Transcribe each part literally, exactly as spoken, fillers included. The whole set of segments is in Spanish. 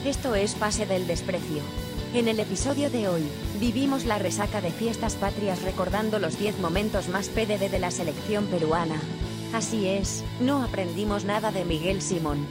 Esto es Pase del Desprecio. En el episodio de hoy, vivimos la resaca de fiestas patrias recordando los diez momentos más P D D de la selección peruana. Así es, no aprendimos nada de Miguel Simón.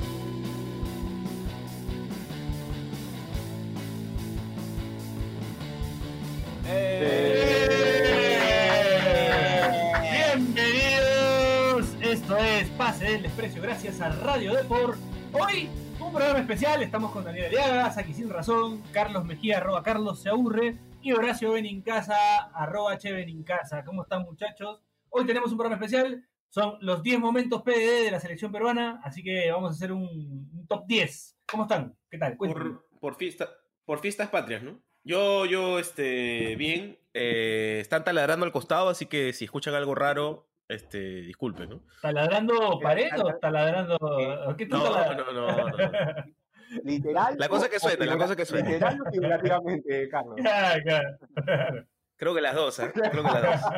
Bienvenidos, esto es Pase del Desprecio gracias a Radio Depor. Hoy un programa especial, estamos con Daniel Aliaga, Saki Sin Razón, Carlos Mejía, arroba Carlos Se Aburre, y Horacio Benincasa, arroba Che Benincasa. ¿Cómo están, muchachos? Hoy tenemos un programa especial, son los diez momentos P D D de la selección peruana, así que vamos a hacer un, un top diez. ¿Cómo están? ¿Qué tal? Por, por, fiesta, por fiestas patrias, ¿no? Yo, yo, este, bien, eh, están taladrando al costado, así que si escuchan algo raro, este, disculpen, ¿no? ¿Taladrando pared o taladrando...? ¿Qué tú No, taladrando? no, no, no. Literal. La cosa que suena, la cosa que suena. Literal o figurativamente, Carlos. Claro, claro. Creo que las dos, ¿eh? Creo que las dos.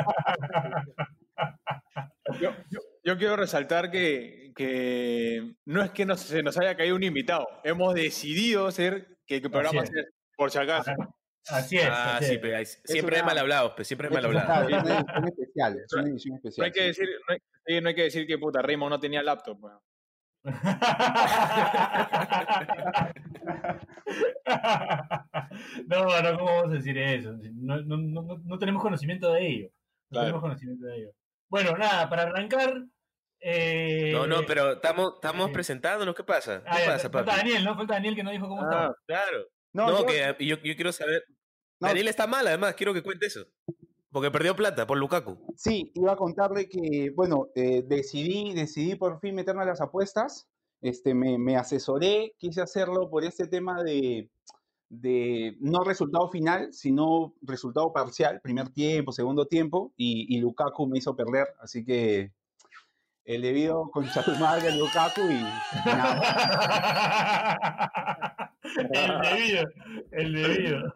Yo, yo, yo quiero resaltar que, que no es que nos, se nos haya caído un invitado, hemos decidido hacer que el programa sea por si acaso. Así es. Ah, así sí, es. pero hay, siempre es mal hablado, pues, siempre es mal hablado. Claro, es una edición especial, es una edición especial. No hay que decir, no hay, sí, no hay que decir que puta Raymond no tenía laptop. Pues. No, no, ¿cómo vamos a decir eso? No, no, no, no tenemos conocimiento de ello. No Claro. tenemos conocimiento de ello. Bueno, nada, para arrancar. Eh... No, no, pero estamos, estamos eh... presentándonos, ¿qué pasa? ¿Qué ah, ya, pasa, falta papi? Daniel, ¿no? Falta Daniel que no dijo cómo Ah, estaba. claro. No, No, yo- que yo, yo quiero saber. No. Daniel está mal, además, quiero que cuente eso. Porque perdió plata por Lukaku. Sí, iba a contarle que, bueno, eh, decidí, decidí por fin meterme a las apuestas. Este, me, me asesoré, quise hacerlo por este tema de, de no resultado final, sino resultado parcial, primer tiempo, segundo tiempo, y, y Lukaku me hizo perder, así que el debido concha tu madre a Lukaku y, y nada. El debido, el debido.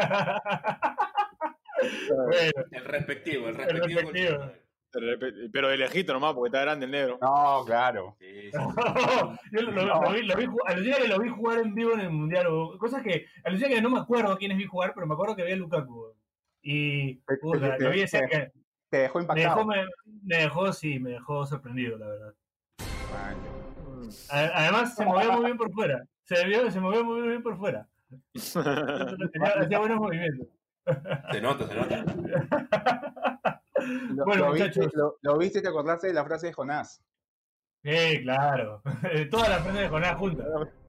Bueno, El respectivo, el el respectivo. respectivo. Pero de lejito nomás, porque está grande el negro. No, claro. Sí, sí. Yo lo, lo, lo vi, lo vi jugar, alucina que lo vi jugar en vivo en el mundial, o cosas que, alucina que no me acuerdo quiénes vi jugar, pero me acuerdo que vi a Lukaku. Y Te- puta, te- lo vi te- de cerca. Te dejó Me impactado. dejó, me, me dejó, sí, me dejó sorprendido, la verdad. A- Además, se movía muy bien por fuera. Se, vio, se movía muy bien por fuera. Tenía- Hacía buenos movimientos. Se nota, se nota. Lo, Bueno, lo viste, muchachos. lo, lo viste y te acordaste de la frase de Jonás. Sí, claro. Todas las frases de Jonás juntas.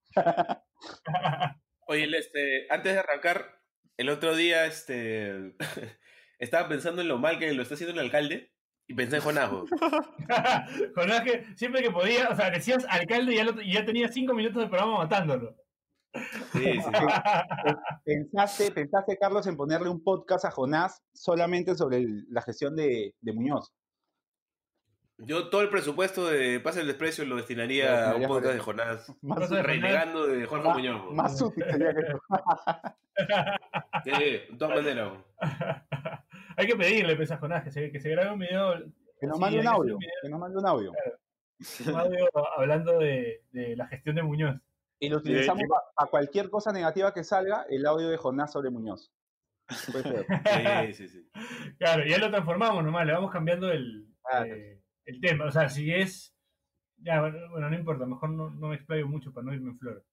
Oye, este, antes de arrancar, el otro día este, estaba pensando en lo mal que lo está haciendo el alcalde y pensé en Jonás. bo. Jonás que siempre que podía, o sea, decías alcalde y ya, lo- y ya tenía cinco minutos de programa matándolo. Sí, sí, sí. ¿Pensaste, pensaste, Carlos, en ponerle un podcast a Jonás solamente sobre el- la gestión de, de Muñoz? Yo todo el presupuesto de Pase el Desprecio lo destinaría Lo a un destinarías podcast por de Jonás Más, Cosa de útil- renegando de Jorge más, Muñoz. bo. más útil sería que eso. Sí, de todas maneras. bo. Hay que pedirle pues, a Jonás que se, que se grabe un video. Que nos así, mande hay un que hacer audio. un video- Que nos mande un audio. un audio hablando de, de la gestión de Muñoz. Y lo utilizamos Sí, para cualquier cosa negativa que salga, el audio de Jonás sobre Muñoz. Puede ser. Sí, sí, sí. Claro, ya lo transformamos nomás, le vamos cambiando el, Claro. eh, el tema. O sea, si es. Ya, bueno, bueno, no importa, mejor no, no me explayo mucho para no irme en flor.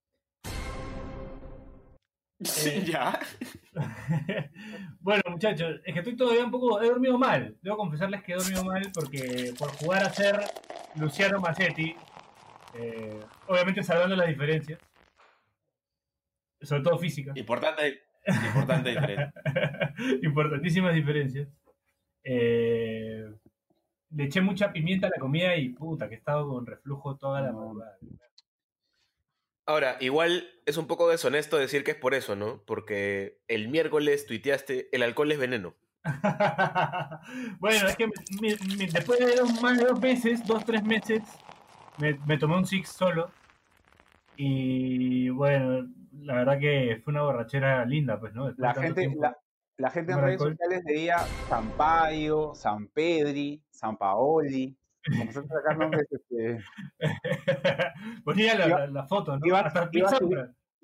Eh, ¿Ya? Bueno, muchachos, es que estoy todavía un poco. He dormido mal. Debo confesarles que he dormido mal porque por jugar a ser Luciano Massetti, eh, obviamente salvando las diferencias, sobre todo físicas, Importante, importante diferencia. importantísimas diferencias. Eh, le eché mucha pimienta a la comida y puta, que he estado con reflujo toda la No. madrugada. Ahora, igual es un poco deshonesto decir que es por eso, ¿no? Porque el miércoles tuiteaste, el alcohol es veneno. Bueno, es que mi- mi- después de dos, más de dos meses, dos, tres meses, me, me tomé un Six solo. Y bueno, la verdad que fue una borrachera linda, pues, ¿no? Después La de tanto gente, tiempo. la, la gente en tomar redes alcohol. sociales leía San Paio, San Pedri, San Paoli. Comenzaron a sacar nombres. Este, Ponía la, Iba- la, la foto, ¿no? iba- Hasta iba a Pizarra. subir-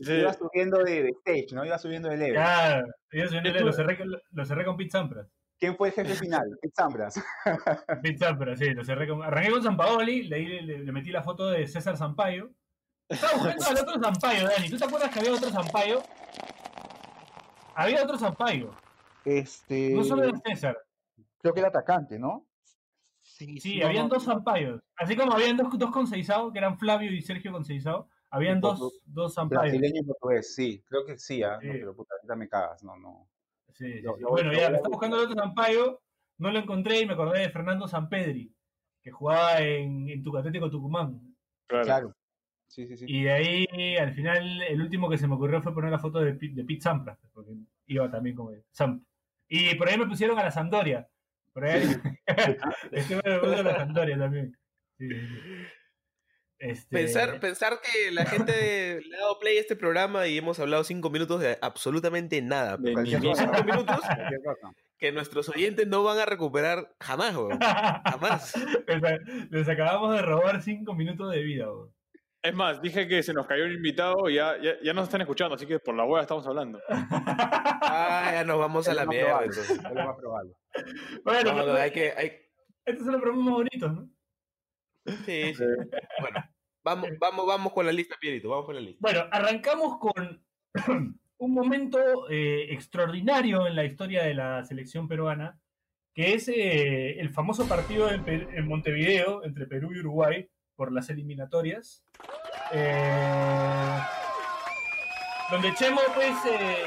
Sí. Iba subiendo de, de stage, ¿no? Iba subiendo de level. Claro, yo soy un L, lo cerré, con- lo cerré con Pete Sampras. ¿Quién fue el jefe final? Pete Sampras. Pete Sampras, sí, lo cerré con... Arranqué con Sampaoli, le, le, le metí la foto de César Sampaio. Estaba buscando al otro Sampaio, Dani. ¿Tú te acuerdas que había otro Sampaio? Había otro Sampaio. Este, No solo era César. creo que el atacante, ¿no? Sí, Sí, no, habían no, dos no. Sampaios. Así como habían dos, dos Conceição, que eran Flavio y Sergio Conceição, habían Portu- dos, dos Sampaios. Brasileño y portugués, sí, creo que sí, ¿ah? Sí. No, pero puta, ahorita me cagas, no, no. Sí, sí, Lo- sí. lo- Bueno, lo ya, voy me a estaba buscar. buscando el otro Sampaio, no lo encontré y me acordé de Fernando Sampedri, que jugaba en, en Tucatético Tucumán. Claro. Claro. Sí, sí, sí. Y de ahí, al final, el último que se me ocurrió fue poner la foto de, Pi- de Pete Sampras, porque iba también como Samp. Y por ahí me pusieron a la Sampdoria. Por ahí estuve me puse a la Sampdoria también. Sí, sí, sí. Este... Pensar, pensar que la gente le ha dado play a este programa y hemos hablado cinco minutos de absolutamente nada. De Pero Cualquier ni- cosa. cinco minutos Cualquier cosa. que nuestros oyentes no van a recuperar jamás, weón. Jamás. les, les acabamos de robar cinco minutos de vida, bro. Es más, dije que se nos cayó un invitado y ya, ya, ya nos están escuchando, así que por la hueá estamos hablando. Ah, ya nos vamos a Es la lo más mierda. probable, Entonces. es lo más probable. Bueno, No, no, pero- hay que, hay... estos son los programas más bonitos, ¿no? Sí, sí. Bueno, vamos, vamos, vamos con la lista, Pierito, vamos con la lista. Bueno, arrancamos con un momento eh, extraordinario en la historia de la selección peruana, que es eh, el famoso partido en, Pe- en Montevideo entre Perú y Uruguay por las eliminatorias, eh, donde Chemo, pues, eh,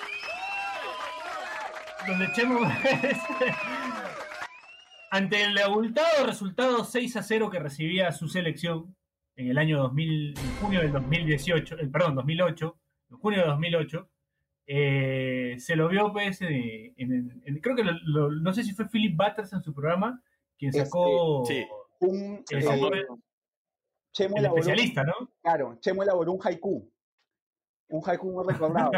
donde Chemo, pues, ante el abultado resultado seis a cero que recibía su selección en el año dos mil, en junio del dos mil dieciocho, eh, perdón, dos mil ocho, en junio de dos mil ocho, eh, se lo vio, pues, eh, en, en- creo que lo- lo- no sé si fue Philip Butters en su programa, quien sacó Este, sí. Un, el, eh, sacó el- Chemo el elaboró, especialista, ¿no? claro, Chemo elaboró un haiku. Un haiku muy recordado.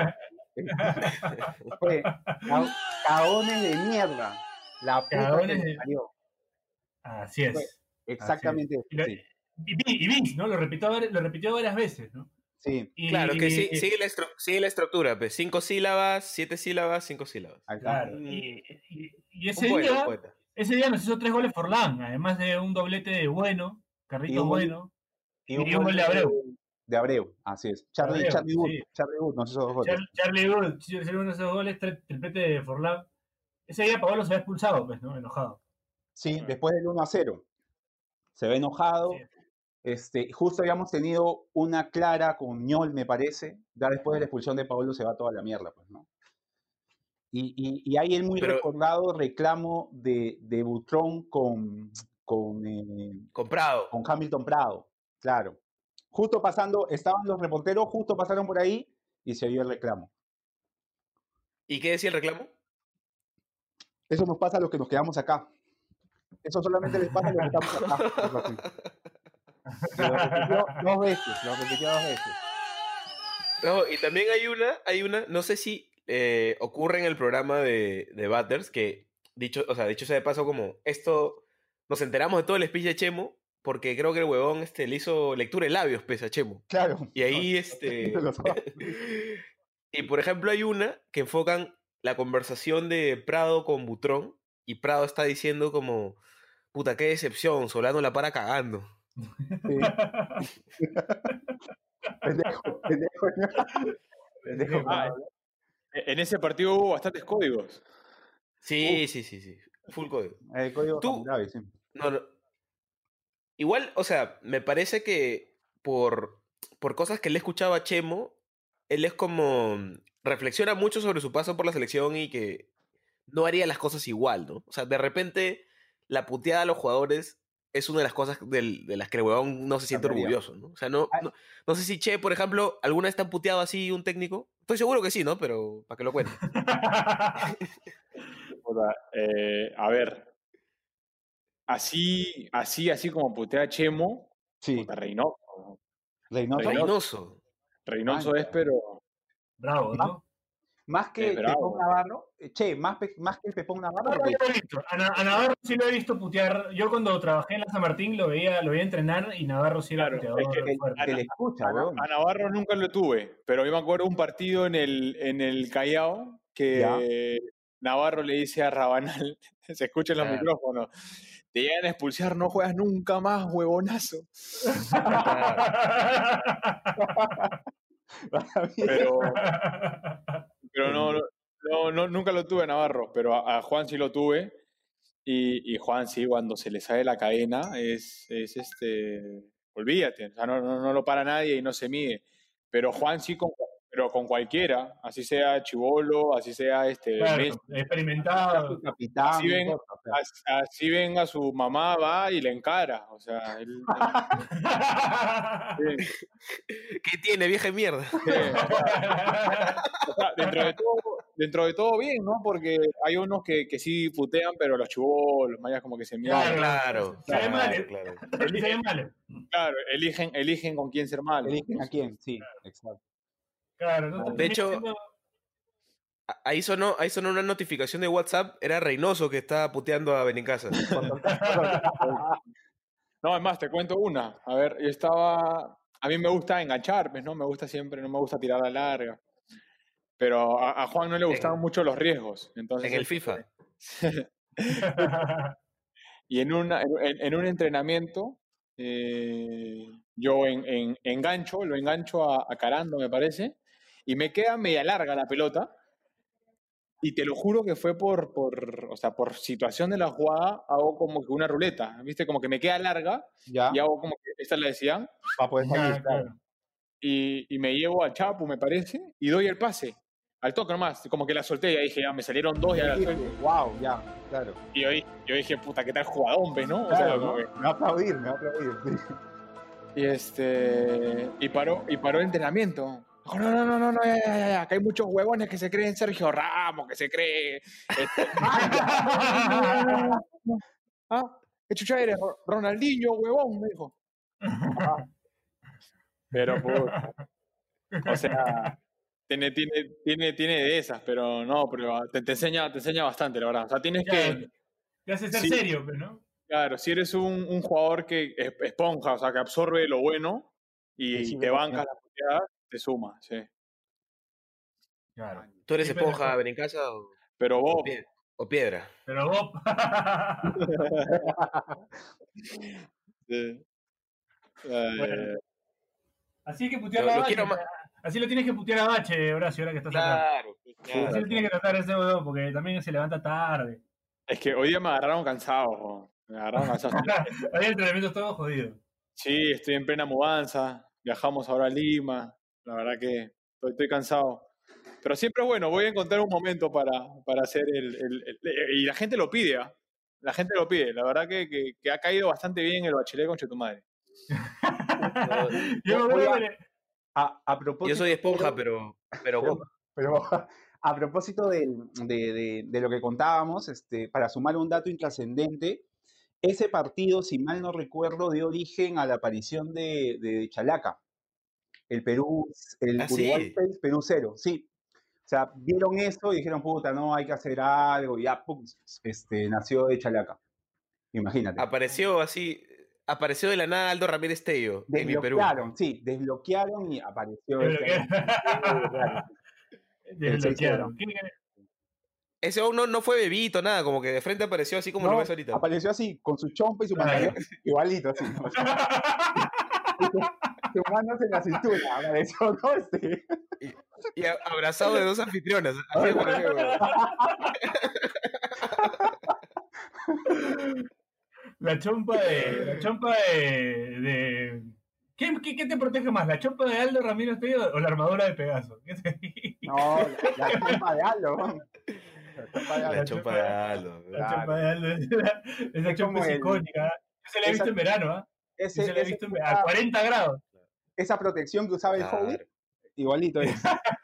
Fue "Ca- cagones de mierda. La puta Cagones que de- me parió". Así es. Exactamente Y, lo- eso, sí. y, Vi- y Vince, ¿no? Lo repitió, var- lo repitió varias veces, ¿no? Sí, Y- Claro, que sí, sigue, la estru- sigue la estructura, pues. Cinco sílabas, siete sílabas, cinco sílabas. ahí está. Claro. Y, y- y ese Un poeta, día, un poeta. ese día nos hizo tres goles Forlán, además de un doblete de Bueno, Y Carrito un gol- Bueno, Y y un gol de de- Abreu. De Abreu, así es. Charlie, Abreu, Charlie Wood, sí. Charlie Wood nos hizo dos goles. Char- Charlie Wood, sí, hicieron uno de esos goles, tri- triplete de Forlán. Ese día Pablo se había expulsado, pues, ¿no? Enojado. Sí, después del uno a cero. Se ve enojado. Sí. Este, justo habíamos tenido una clara con Ñol, me parece. Ya después de la expulsión de Pablo se va toda la mierda, pues, ¿no? Y, y, y hay el muy Pero- recordado reclamo de, de Butrón con, con, eh, Comprado. con Hamilton Prado, claro. Justo pasando, estaban los reporteros, justo pasaron por ahí y se oyó el reclamo. ¿Y qué decía el reclamo? Eso nos pasa a los que nos quedamos acá. Eso solamente les pasa a los que estamos acá. Algo así. Y lo repitió dos veces, lo repitió dos veces. No, y también hay una, hay una, no sé si eh, ocurre en el programa de, de Butters, que dicho, o sea, dicho sea de paso, como esto, nos enteramos de todo el speech de Chemo, porque creo que el huevón este, le hizo lectura de labios, pese a Chemo. Claro. Y ahí, este... Lo sabe. Y por ejemplo, hay una que enfocan la conversación de Prado con Butrón, y Prado está diciendo como, puta, qué decepción, Solano la para cagando. Sí. Pendejo, pendejo. Pendejo. Ah, En ese partido hubo bastantes códigos. Sí, sí, sí, sí. Full código. El código Tú- grave, sí. No, no. Igual, o sea, me parece que por, por cosas que le he escuchado a Chemo, él es como. Reflexiona mucho sobre su paso por la selección y que no haría las cosas igual, ¿no? O sea, de repente, la puteada a los jugadores es una de las cosas del- de las que el huevón no se siente Cambiaría. orgulloso, ¿no? O sea, no, Ah. no, no sé si Che, por ejemplo, ¿alguna vez te han puteado así un técnico? Estoy seguro que sí, ¿no? Pero para que lo cuente. Puta, eh, a ver. Así, así, así como putea Chemo, Sí, puta, Reynoso. Reynoso. Reynoso. Reynoso. Reynoso Ah, es, pero. Bravo, ¿no? Más que Es bravo. Pepón Navarro, eh, che, más, pe- más que el Pepón Navarro, No, no, porque yo lo he visto. A, Na- a Navarro sí lo he visto putear. Yo cuando trabajé en la San Martín lo veía, lo veía entrenar y Navarro sí era Claro, puteador es que el- fuerte. se le escucha, A, Na- weón. a Navarro nunca lo tuve, pero yo me acuerdo un partido en el, en el Callao que Navarro le dice a Rabanal, se escucha en los Claro. micrófonos, te llegan a expulsar, no juegas nunca más, huevonazo. Pero, pero no, no, no, no, nunca lo tuve a Navarro, pero a, a Juan sí lo tuve. Y, y Juan sí, cuando se le sale la cadena, es, es este, olvídate, o sea, no, no, no lo para nadie y no se mide. Pero Juan sí, con, pero con cualquiera, así sea chibolo, así sea este, Claro, Messi, experimentado. Capitán, así ven, cosa, o sea. así, así ven a su mamá, va y le encara. O sea, él, él- sí, ¿Qué tiene, vieja mierda? sí, o sea, o sea, dentro de todo, dentro de todo bien, ¿no? Porque hay unos que, que sí putean, pero los chibolos, los mayas como que se miran. Claro. Claro, Se ve mal, claro, ¿eh? claro. Se ve mal. Claro, eligen, eligen con quién ser malo. ¿Eligen a quién? Sí, exacto. Claro, no, De hecho, a- ahí sonó, ahí sonó una notificación de WhatsApp, era Reynoso que estaba puteando a Benincasa. No, es más, te cuento una. A ver, yo estaba. A mí me gusta enganchar, pues, ¿no? Me gusta siempre, no me gusta tirar a larga. Pero a, a Juan no le gustaban En- mucho los riesgos. Entonces, En el FIFA. y en, una, en, en un entrenamiento, eh, yo en, en- engancho, lo engancho a, a Carando, me parece, y me queda media larga la pelota. Y te lo juro que fue por, por, o sea, por situación de la jugada, hago como que una ruleta, ¿viste? Como que me queda larga Ya, y hago como que, esta la decían, para poder salir, Claro, claro. claro. y, y me llevo al Chapu, me parece, y doy el pase. Al toque nomás, como que la solté, ya dije, ya me salieron dos, ya la suelto. Wow, ya, claro. Y yo, yo dije, puta, ¿qué tal jugadón, ves, no? O sea, Claro, como ¿no? que- Me va a aplaudir, me va a aplaudir. Sí. y este, y paró, y paró el entrenamiento. Dijo, no, no, no, no, no, ya, ya, ya, ya, que hay muchos huevones que se creen Sergio Ramos, que se cree... este, ah, ¿qué chucha eres? Ro- Ronaldinho, huevón, me dijo. Ah. Pero, puta, o sea, tiene, tiene, tiene, tiene de esas, pero no, pero te, te enseña, te enseña bastante, la verdad. O sea, tienes Claro, que, te hace ser Sí. serio, pero ¿no? claro, si eres un, un jugador que es- esponja, o sea, que absorbe lo bueno y Recibe te lo bancas la puteada, te suma, sí. Claro. ¿Tú eres Sí, pero- esponja, Benincasa o, Pero o vos, pie- o piedra? Pero vos. sí. Eh, Bueno. Así hay que putear Lo- a lo Bache. quiero ma- Así lo tienes que putear a Bache, Horacio, ahora que estás acá. Claro, claro. Así lo tienes que tratar a ese huevón, porque también se levanta tarde. es que hoy día me agarraron cansado, jo. me agarraron cansado. Hay entrenamientos todos jodidos. Sí, estoy en plena mudanza, viajamos ahora a Lima, la verdad que estoy, estoy cansado. Pero siempre es bueno, voy a encontrar un momento para, para hacer el, el- el- Y la gente lo pide, ¿ah? La gente lo pide, la verdad que, que, que ha caído bastante bien el Bachelet con Chetumadre. Yo me Voy acuerdo a- que- A, a propósito, Yo soy esponja, pero- pero, pero pero- vos. Pero a propósito del- de, de- de lo que contábamos, este, para sumar un dato intrascendente, ese partido, si mal no recuerdo, dio origen a la aparición de, de Chalaca. El Perú, el ¿Ah, Uruguay sí? seis, Perú cero, sí. O sea, vieron eso y dijeron, puta, no, hay que hacer algo, y ya, pum, este, nació de Chalaca. Imagínate. Apareció así, apareció de la nada Aldo Ramírez Tello en mi Perú. Desbloquearon, sí, desbloquearon y apareció. Desbloquearon. Claro. Desbloquearon. ¿Quién era? Ese aún no, no fue bebito, nada, como que de frente apareció así como No, lo ves ahorita. apareció así, con su chompa y su Claro. pantalón, igualito así. O sea, su manos en la cintura, apareció, ¿no? Este, Y a- abrazado de dos anfitrionas. Así apareció, güey. La chompa de. La chompa de. de... ¿Qué, qué, qué te protege más? ¿La chompa de Aldo Ramírez Tello o la armadura de Pegaso? ¿Qué te- no, la, la chompa de Aldo. ¿no? La chompa de La Aldo. chompa de Aldo. La Claro. chompa de Aldo. Esa, esa Es chompa como es el- icónica. ¿eh? Yo se la he esa- visto en verano, ¿ah? Yo Ese- se la he ese- visto en verano. A cuarenta grados. esa protección que usaba el Claro. Hobbit, igualito es.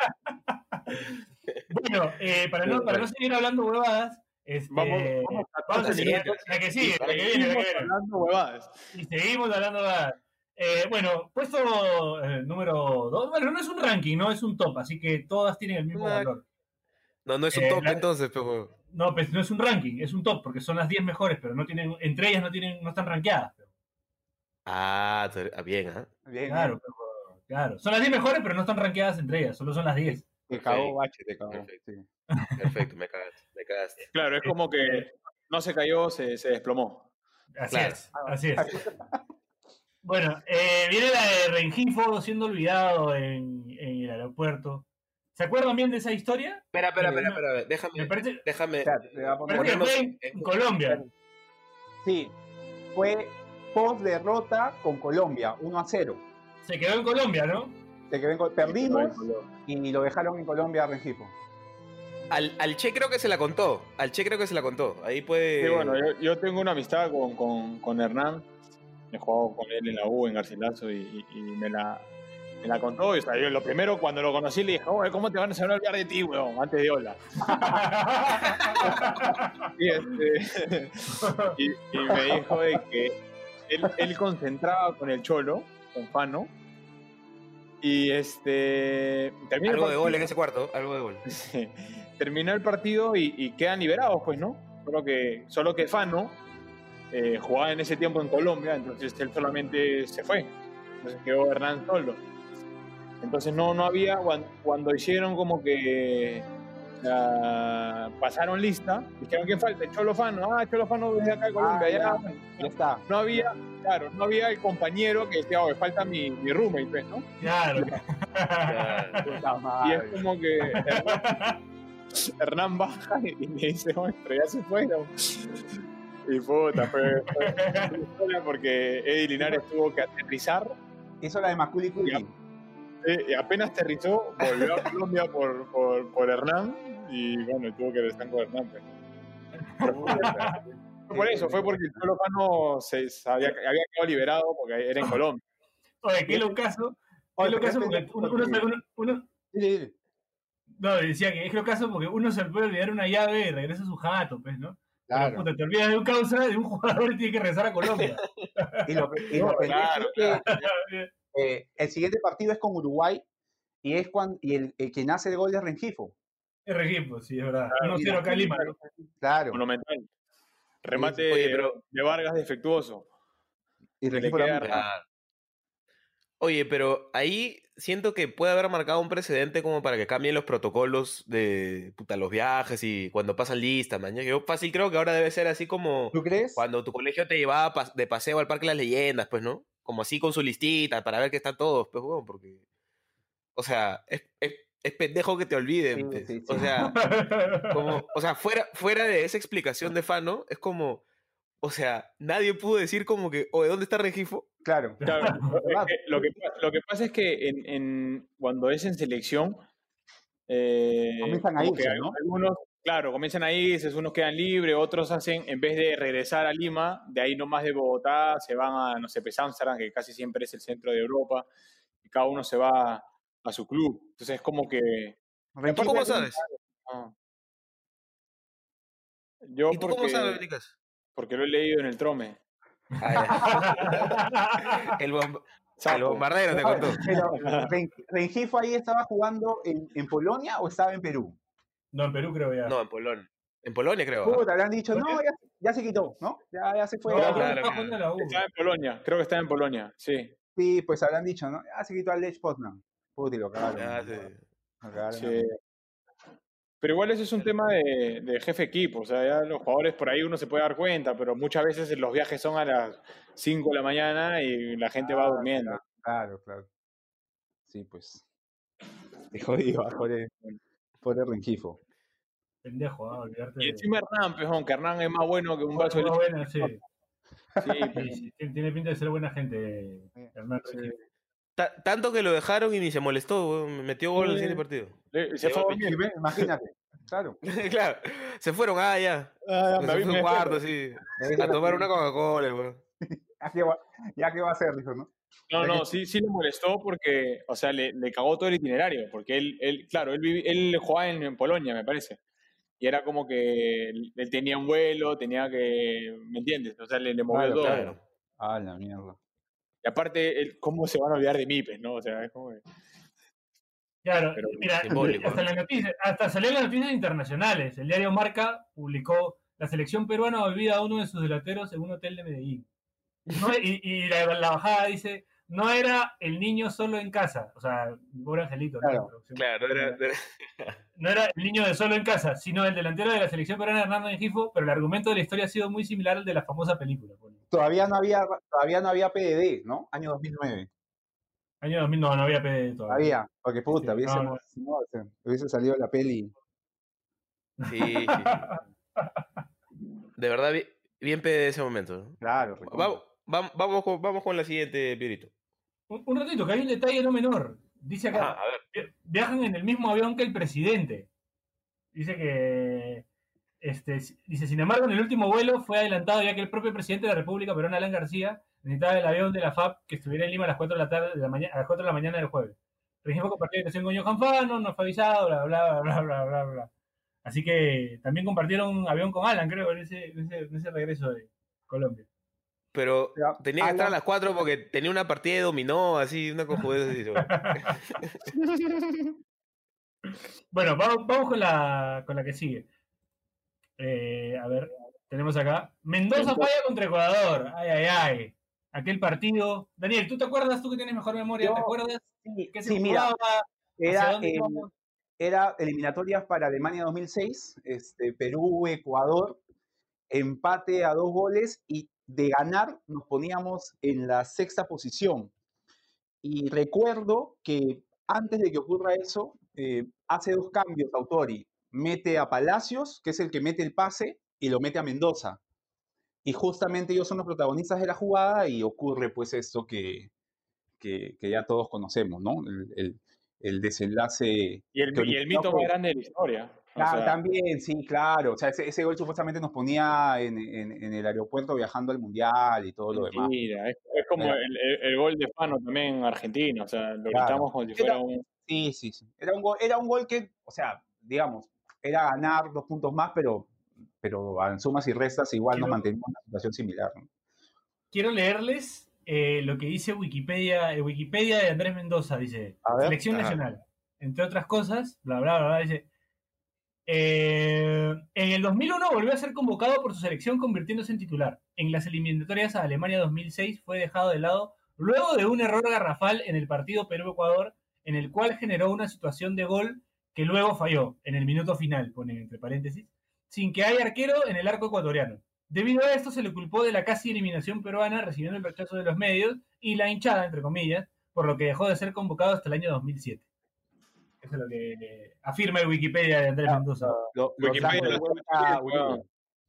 Bueno, eh, para, no, para no seguir hablando huevadas, este, Vamos, vamos a- vamos a seguir. siguiente. La que sigue, la que viene, la que Seguimos viene. hablando huevadas. Y seguimos hablando de... Eh, bueno, puesto eh, número dos. Bueno, no es un ranking, no es un top, así que todas tienen el mismo Ah, valor. No, no es un Eh, top la- entonces, pero... No, pues no es un ranking, es un top, porque son las diez mejores, pero no tienen, entre ellas no tienen, no están rankeadas. Pero, Ah, tú eres- ah, bien, ¿ah? Bien, claro, bien. pero- claro. Son las diez mejores, pero no están rankeadas entre ellas, solo son las diez. Te cagó, Perfecto, bache, te cagó. perfecto. Sí. Perfecto, me cagaste, me cagaste. Claro, es como que no se cayó, se, se desplomó. Así Claro. es, así es. Bueno, eh, viene la de Rengifo siendo olvidado en, en el aeropuerto. ¿Se acuerdan bien de esa historia? Espera, espera, Sí, espera, me- espera, déjame, Me parece, déjame Espérate, te voy a poner- parece que ponernos fue en, en- en Colombia. Sí, fue post derrota con Colombia, uno a cero. Se quedó en Colombia, ¿no? Se quedó en Col- perdimos y lo dejaron en Colombia a Rengifo. Al, al Che creo que se la contó. Al Che creo que se la contó. Ahí puede. Sí, bueno, yo, yo tengo una amistad con, con, con Hernán. He jugado con él en la U, en Garcilaso, y, y- y me, la, me la contó. Y, o sea, yo lo primero, cuando lo conocí, le dije, "Oye, ¿cómo te van a saber olvidar de ti, weón? Antes de hola." Y, este, y, y me dijo de que él, él concentraba con el Cholo, con Fano. Y este. termina el Algo de partido. gol en ese cuarto. Algo de gol. Sí. Terminó el partido y, y quedan liberados, pues, ¿no? Solo que, solo que Fano eh, jugaba en ese tiempo en Colombia, entonces él solamente se fue. Entonces quedó Hernán solo. Entonces no, no había, cuando, cuando hicieron como que ah, pasaron lista, dijeron ¿quién falta? El Cholo Fano. Ah, Cholo Fano desde acá de Colombia. Ah, ya, ya. bueno, Ya está. no había, claro, no había el compañero que decía, oye, falta mi, mi roommate, pues, ¿no? Claro. Puta Y madre. es como que Hernán, Hernán baja y le dice, oye, pero ya se fueron. Y puta, fue, fue una historia porque Eddie Linares tuvo que aterrizar Hizo la de Maculi Culi. Ya. eh, y apenas aterrizó, volvió a Colombia por, por, por Hernán y bueno, tuvo que regresar con Hernán. Pues. Pero fue, fue por eso, fue porque el Cholo Fano se, se había, había quedado liberado porque era en Colombia. Oye, qué locazo. Qué Oye, locazo pero porque este- uno, uno, se- uno- uno- Sí, sí. no, decía que es locazo porque uno se puede olvidar una llave y regresa a su jato, pues, ¿no? Pero Claro. puta, te olvidas de un causa de un jugador y tiene que regresar a Colombia. Y lo, y lo No, pendejo claro, es que eh, el siguiente partido es con Uruguay y es cuando y el, el que nace el gol es Rengifo. Es Regimpo, sí, es verdad. Claro, uno cero acá en Lima, ¿no? Claro. Monumental. Remate Oye, pero- de Vargas defectuoso. Y le Rengifo queda la- re- Claro. Oye, pero ahí siento que puede haber marcado un precedente como para que cambien los protocolos de puta, los viajes y cuando pasan lista, man. Yo fácil creo que ahora debe ser así como ¿Tú crees? cuando tu colegio te llevaba pas- de paseo al Parque de las Leyendas, pues, ¿no? Como así con su listita para ver que están todos, pues, weón, porque... O sea, es, es, es pendejo que te olviden, Sí, pues. sí, sí. O sea, como, o sea fuera, fuera de esa explicación de Fano, es como... O sea, nadie pudo decir como que, oye, ¿dónde está Rengifo? Claro. Claro, ¿Verdad? es que lo, que, pa- lo que pasa es que en, en- cuando es en selección, eh, Comienzan a como que irse, al- ¿no? algunos, claro, comienzan a irse, unos quedan libres, otros hacen, en vez de regresar a Lima, de ahí nomás de Bogotá, se van a, no sé, pues, Ámsterdam, que casi siempre es el centro de Europa, y cada uno se va a su club. Entonces es como que... ¿Tú Rengifo cómo es- sabes? ah. Yo ¿Y tú cómo porque, sabes, Nicas? porque lo he leído en el Trome. Ah, ya. El, bomb- el Sapo. bombardero te A ver, contó. pero Ren- Rengifo ahí estaba jugando en, en Polonia o estaba en Perú. No, en Perú creo ya. No, en Polonia. En Polonia, creo. ¿ah? Puta, le han dicho, no, ya, ya se quitó, ¿no? Ya, ya se fue. No, ya- creo que claro, está claro. jugando en la U. Estaba en Polonia, creo que estaba en Polonia, sí. Sí, pues habrán dicho, ¿no? Ya se quitó al Lech Poznan. Puta, y lo cagaron. Ah, ¿no? sí. Lo cagaron, Sí. Pero igual ese es un tema de, de jefe equipo, o sea, ya los jugadores por ahí uno se puede dar cuenta, pero muchas veces los viajes son a las cinco de la mañana y la gente va Ah, durmiendo. Claro, claro. Sí, pues. Qué jodido, ah, pobre, pobre Rengifo. Pendejo, ah, olvidarte. Y de- encima Hernán, pues, aunque Hernán es más bueno que un Bueno, vaso de más leche. buena, sí. Sí, Sí, pero- sí, tiene tiene pinta de ser buena gente, Hernán. sí. Ta- tanto que lo dejaron y ni se molestó, weón. Metió gol en el Sí. siguiente partido. Le- Se fue a dormir. Sí, ¿ves? Imagínate. Claro. Claro. Se fueron, ah, ya. Ah, Se me fue vi- a me su cuarto, así. A tomar una Coca-Cola, weón. Ya que va, ya que va a hacer, dijo, ¿no? No, no, sí, sí le molestó porque, o sea, le, le cagó todo el itinerario, porque él, él claro, él, vivi- él jugaba en, en Polonia, me parece. Y era como que él, él tenía un vuelo, tenía que, ¿me entiendes? O sea, le, le movió Claro, todo. Claro. Ah, la mierda. Y aparte, él, ¿cómo se van a olvidar de mí, pues, no? O sea, es como que... Claro, Pero mira, simbólico, hasta, ¿no? la noticia, hasta salió en las noticias internacionales. El diario Marca publicó: la selección peruana olvida a uno de sus delanteros en un hotel de Medellín. No, y y la, la bajada dice: no era el niño solo en casa. O sea, pobre Angelito, ¿no? Claro. En traducción. Claro, era, era- No era el niño de solo en casa, sino el delantero de la selección peruana, Hernando Engifo, pero el argumento de la historia ha sido muy similar al de la famosa película. Pone. Todavía no había, todavía no había P D D, ¿no? Año dos mil nueve. Año dos mil, no, no había P D todavía. Todavía, porque puta, Sí, hubiésemos, no, no. no, o sea, hubiese salido la peli. Sí, sí, sí. De verdad, bi- bien P de ese momento, ¿no? Claro, recontra. Vamos, vamos, vamos, con, vamos con la siguiente, Pierito. Un, un ratito, que hay un detalle no menor. Dice acá, Ajá, a ver. vi- viajan en el mismo avión que el presidente. Dice que, este, si- dice, sin embargo, en el último vuelo fue adelantado ya que el propio presidente de la República, Perón Alan García, necesitaba el avión de la F A P que estuviera en Lima a las cuatro de la tarde, de la mañana, a las cuatro de la mañana del jueves. El ejemplo compartió habitación con Ño Janfano, no fue avisado, bla, bla, bla, bla, bla, bla. Así que también compartieron un avión con Alan, creo, en ese, en ese, en ese regreso de Colombia. Pero Ya, tenía que estar a Alan- las cuatro porque tenía una partida de dominó, así, una cojudez así. seguro. Bueno, vamos, vamos con, la, con la que sigue. Eh, a ver, tenemos acá. Mendoza falla contra Ecuador. Ay, ay, ay. Aquel partido. Daniel, ¿tú te acuerdas? Tú que tienes mejor memoria, Yo- ¿te acuerdas? Sí, ¿Qué se sí, mira, jugaba? ¿Hacia era, dónde eh, íbamos? era eliminatorias para Alemania dos mil seis, este, Perú, Ecuador, empate a dos goles y de ganar nos poníamos en la sexta posición. Y recuerdo que antes de que ocurra eso, eh, hace dos cambios Autori. Mete a Palacios, que es el que mete el pase, y lo mete a Mendoza. Y justamente ellos son los protagonistas de la jugada y ocurre pues esto que, que, que ya todos conocemos, ¿no? El, el, el desenlace Y el, que y el originó mito con- más grande de la historia. O Ah, sea, también, sí, claro. O sea, ese, ese gol supuestamente nos ponía en, en- en el aeropuerto viajando al Mundial y todo lo demás. mentira. Es, es como Era- el, el- el gol de Fano también en Argentina. O sea, lo Claro. gritamos como si Era- fuera un. Sí, sí, sí. Era un gol, era un gol que, o sea, digamos, era ganar dos puntos más, pero, pero en sumas y restas igual nos Quiero- manteníamos en una situación similar, ¿no? Quiero leerles eh, lo que dice Wikipedia, eh, Wikipedia de Andrés Mendoza. Dice, A ver. selección Ajá. nacional. Entre otras cosas, bla, bla, bla, bla, dice... Eh, en el dos mil uno volvió a ser convocado por su selección convirtiéndose en titular. En las eliminatorias a Alemania dos mil seis fue dejado de lado luego de un error garrafal en el partido Perú-Ecuador, en el cual generó una situación de gol que luego falló en el minuto final, pone entre paréntesis, sin que haya arquero en el arco ecuatoriano. Debido a esto se le culpó de la casi eliminación peruana, recibiendo el rechazo de los medios y la hinchada, entre comillas, por lo que dejó de ser convocado hasta el año dos mil siete. Eso es lo que afirma el Wikipedia de Andrés Ah, Mendoza. Lo, lo Wikipedia trajo de lo vuelta trae, Uribe. weón.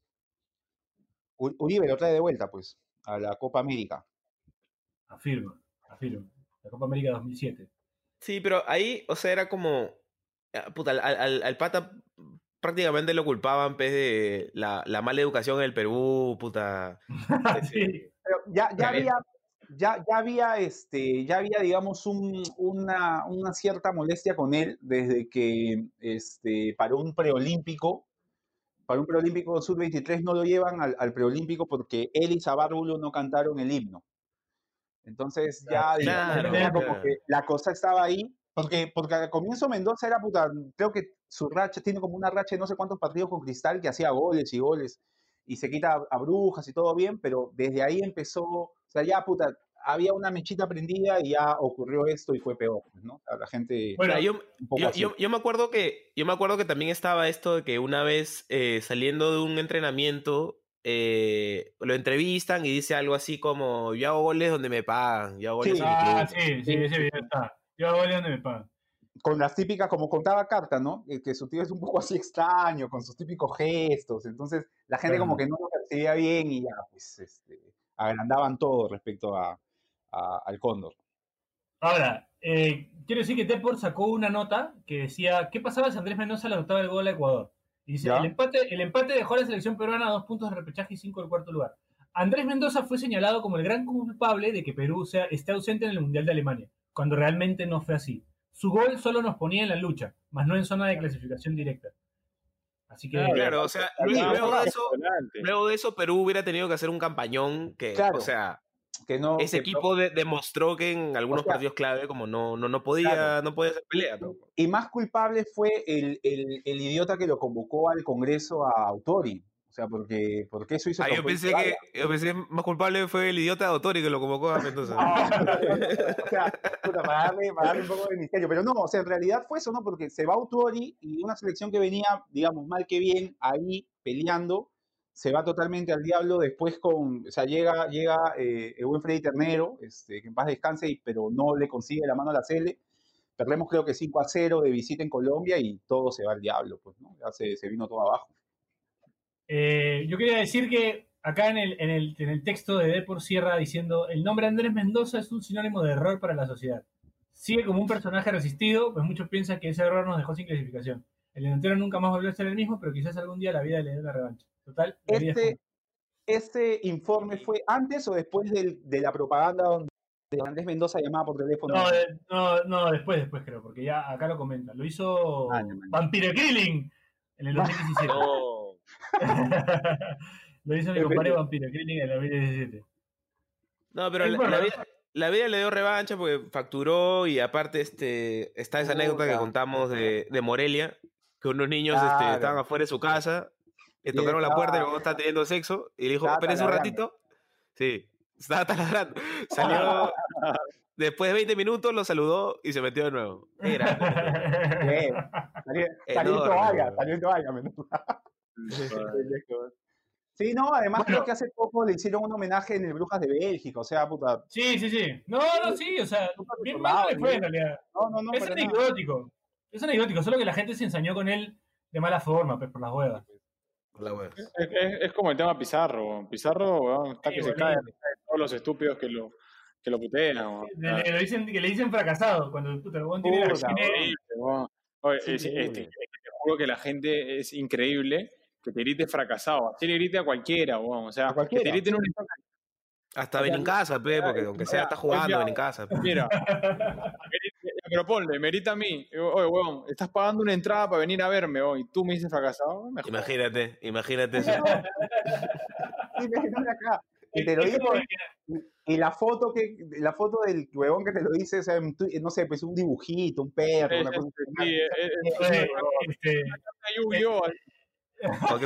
U- Uribe lo trae de vuelta, pues, a la Copa América. Afirma, afirma. La Copa América dos mil siete. Sí, pero ahí, o sea, era como. ah, Puta, al, al, al pata prácticamente lo culpaban, pues, de la, la mala educación en el Perú, puta. Sí. Pero ya, ya Claro. había, ya, ya había, este, ya había, digamos, un- una, una cierta molestia con él desde que, este, para un preolímpico, para un preolímpico sub veintitrés no lo llevan al, al preolímpico porque él y Sabárbulo no cantaron el himno. Entonces ya, Claro, digamos, claro, era como claro. que la cosa estaba ahí, porque, porque al comienzo Mendoza era puta, creo que su racha, tiene como una racha de no sé cuántos partidos con Cristal que hacía goles y goles, y se quita a, a Brujas y todo bien, pero desde ahí empezó, o sea, ya puta, había una mechita prendida y ya ocurrió esto y fue peor, pues, ¿no? O sea, la gente Bueno, Mira, yo, un poco yo, así. yo, yo me acuerdo que yo me acuerdo que también estaba esto de que una vez eh, saliendo de un entrenamiento eh, lo entrevistan y dice algo así como yo hago goles donde me pagan, yo hago goles Sí. en mi club. Ah, sí, sí, Sí, ese sí, video está. Yo hago donde me pagan. Con las típicas, como contaba Carta, ¿no? Eh, Que su tío es un poco así extraño, con sus típicos gestos. Entonces, la gente como Claro. que no lo percibía bien y ya, pues, este, agrandaban todo respecto a, a- al Cóndor. Ahora, eh, quiero decir que Tepor sacó una nota que decía, ¿qué pasaba si Andrés Mendoza le anotaba el gol a Ecuador? Y dice, ¿Ya? el empate, el empate dejó a la selección peruana a dos puntos de repechaje y cinco del cuarto lugar. Andrés Mendoza fue señalado como el gran culpable de que Perú sea, esté ausente en el Mundial de Alemania, cuando realmente no fue así. Su gol solo nos ponía en la lucha, más no en zona de clasificación directa. Así que... Claro, Claro, o sea, Sí, luego, es luego verdad. de eso, Adelante. luego de eso Perú hubiera tenido que hacer un campañón que, Claro. o sea, que no... Ese que equipo de- demostró que en algunos O sea, partidos clave como no, no, no podía, claro. no podía hacer pelea. ¿no? Y más culpable fue el, el, el idiota que lo convocó al Congreso a Autori. O sea, porque, porque eso hizo Ah, que yo Autori pensé se vaya. que yo pensé más culpable fue el idiota de Autori que lo convocó a Mendoza. O sea, puta, para darle, para darle un poco de misterio. Pero no, o sea, en realidad fue eso, ¿no? Porque se va Autori y una selección que venía, digamos, mal que bien, ahí peleando, se va totalmente al diablo. Después con, o sea, llega, llega eh, el buen Freddy Ternero, este, que en paz descanse, y- pero no le consigue la mano a la Cele. Perdemos creo que cinco a cero de visita en Colombia y todo se va al diablo, pues, ¿no? Ya se, se vino todo abajo. Eh, yo quería decir que acá en el, en el, en el texto de Depor cierra diciendo: el nombre Andrés Mendoza es un sinónimo de error para la sociedad. Sigue como un personaje resistido, pues muchos piensan que ese error nos dejó sin clasificación. El delantero nunca más volvió a ser el mismo, pero quizás algún día la vida le dé la revancha. Total, la vida es Este, como- ¿Este informe fue antes o después del- de la propaganda donde Andrés Mendoza llamaba por teléfono? No, de- no, no, después, después creo, porque ya acá lo comenta. Lo hizo Ah, ya, man. Vampire Killing en el dos mil diecisiete. No. Lo hizo mi compadre Vampire Killing en el dos mil diecisiete. No, pero Eh, la, bueno, la vida, la vida le dio revancha porque facturó y aparte este está esa anécdota que Puta. contamos de, de Morelia, que unos niños este, Claro. estaban afuera de su casa, le Y tocaron la estaba- puerta y luego estaba teniendo sexo y le dijo, Estaba espérense un taladrando. ratito. Sí, estaba taladrando. Salió, después de veinte minutos lo saludó y se metió de nuevo. Qué grande, Bien. Salió, salió en Enorme, toalla, weón. salió en toalla, Mendoza. Sí, no, además Bueno. creo que hace poco le hicieron un homenaje en el Brujas de Bélgica, o sea, puta. Sí, sí, sí. No, no, sí, o sea, Súper bien mal no le fue en recordado, realidad. No, no, no, Es para nada. anecdótico. Es anecdótico, solo que la gente se ensañó con él de mala forma, pues por las huevas. La wea. Es, es- es como el tema Pizarro. weón. Pizarro weón, está Sí, que se bonito. cae de todos los estúpidos que lo, que lo putean. weón. Le, le- le dicen, que le dicen fracasado cuando puta, el huevón tiene la Puta, tiene- Increíble, weón. Oye, Es es- increíble. este, es que te juro que la gente es increíble que te grite fracasado. Así le grite a cualquiera, weón. O sea, A cualquiera. que te griten un... Hasta ven en casa, pe, porque aunque sea está jugando, ven en casa. pe. Mira, merita- pero ponle, merita a mí. Oye, weón, estás pagando una entrada para venir a verme hoy. ¿Tú me dices fracasado? Me jodas. Imagínate, imagínate eso. Sí, ven acá. Y te lo Es dice, como que- y la foto que, la foto del huevón que te lo dice, o sea, en tu- no sé, pues un dibujito, un perro, Es- una es- cosa así. sí, es- es- es- Oye, este, es Yu-Gi-Oh! Porque-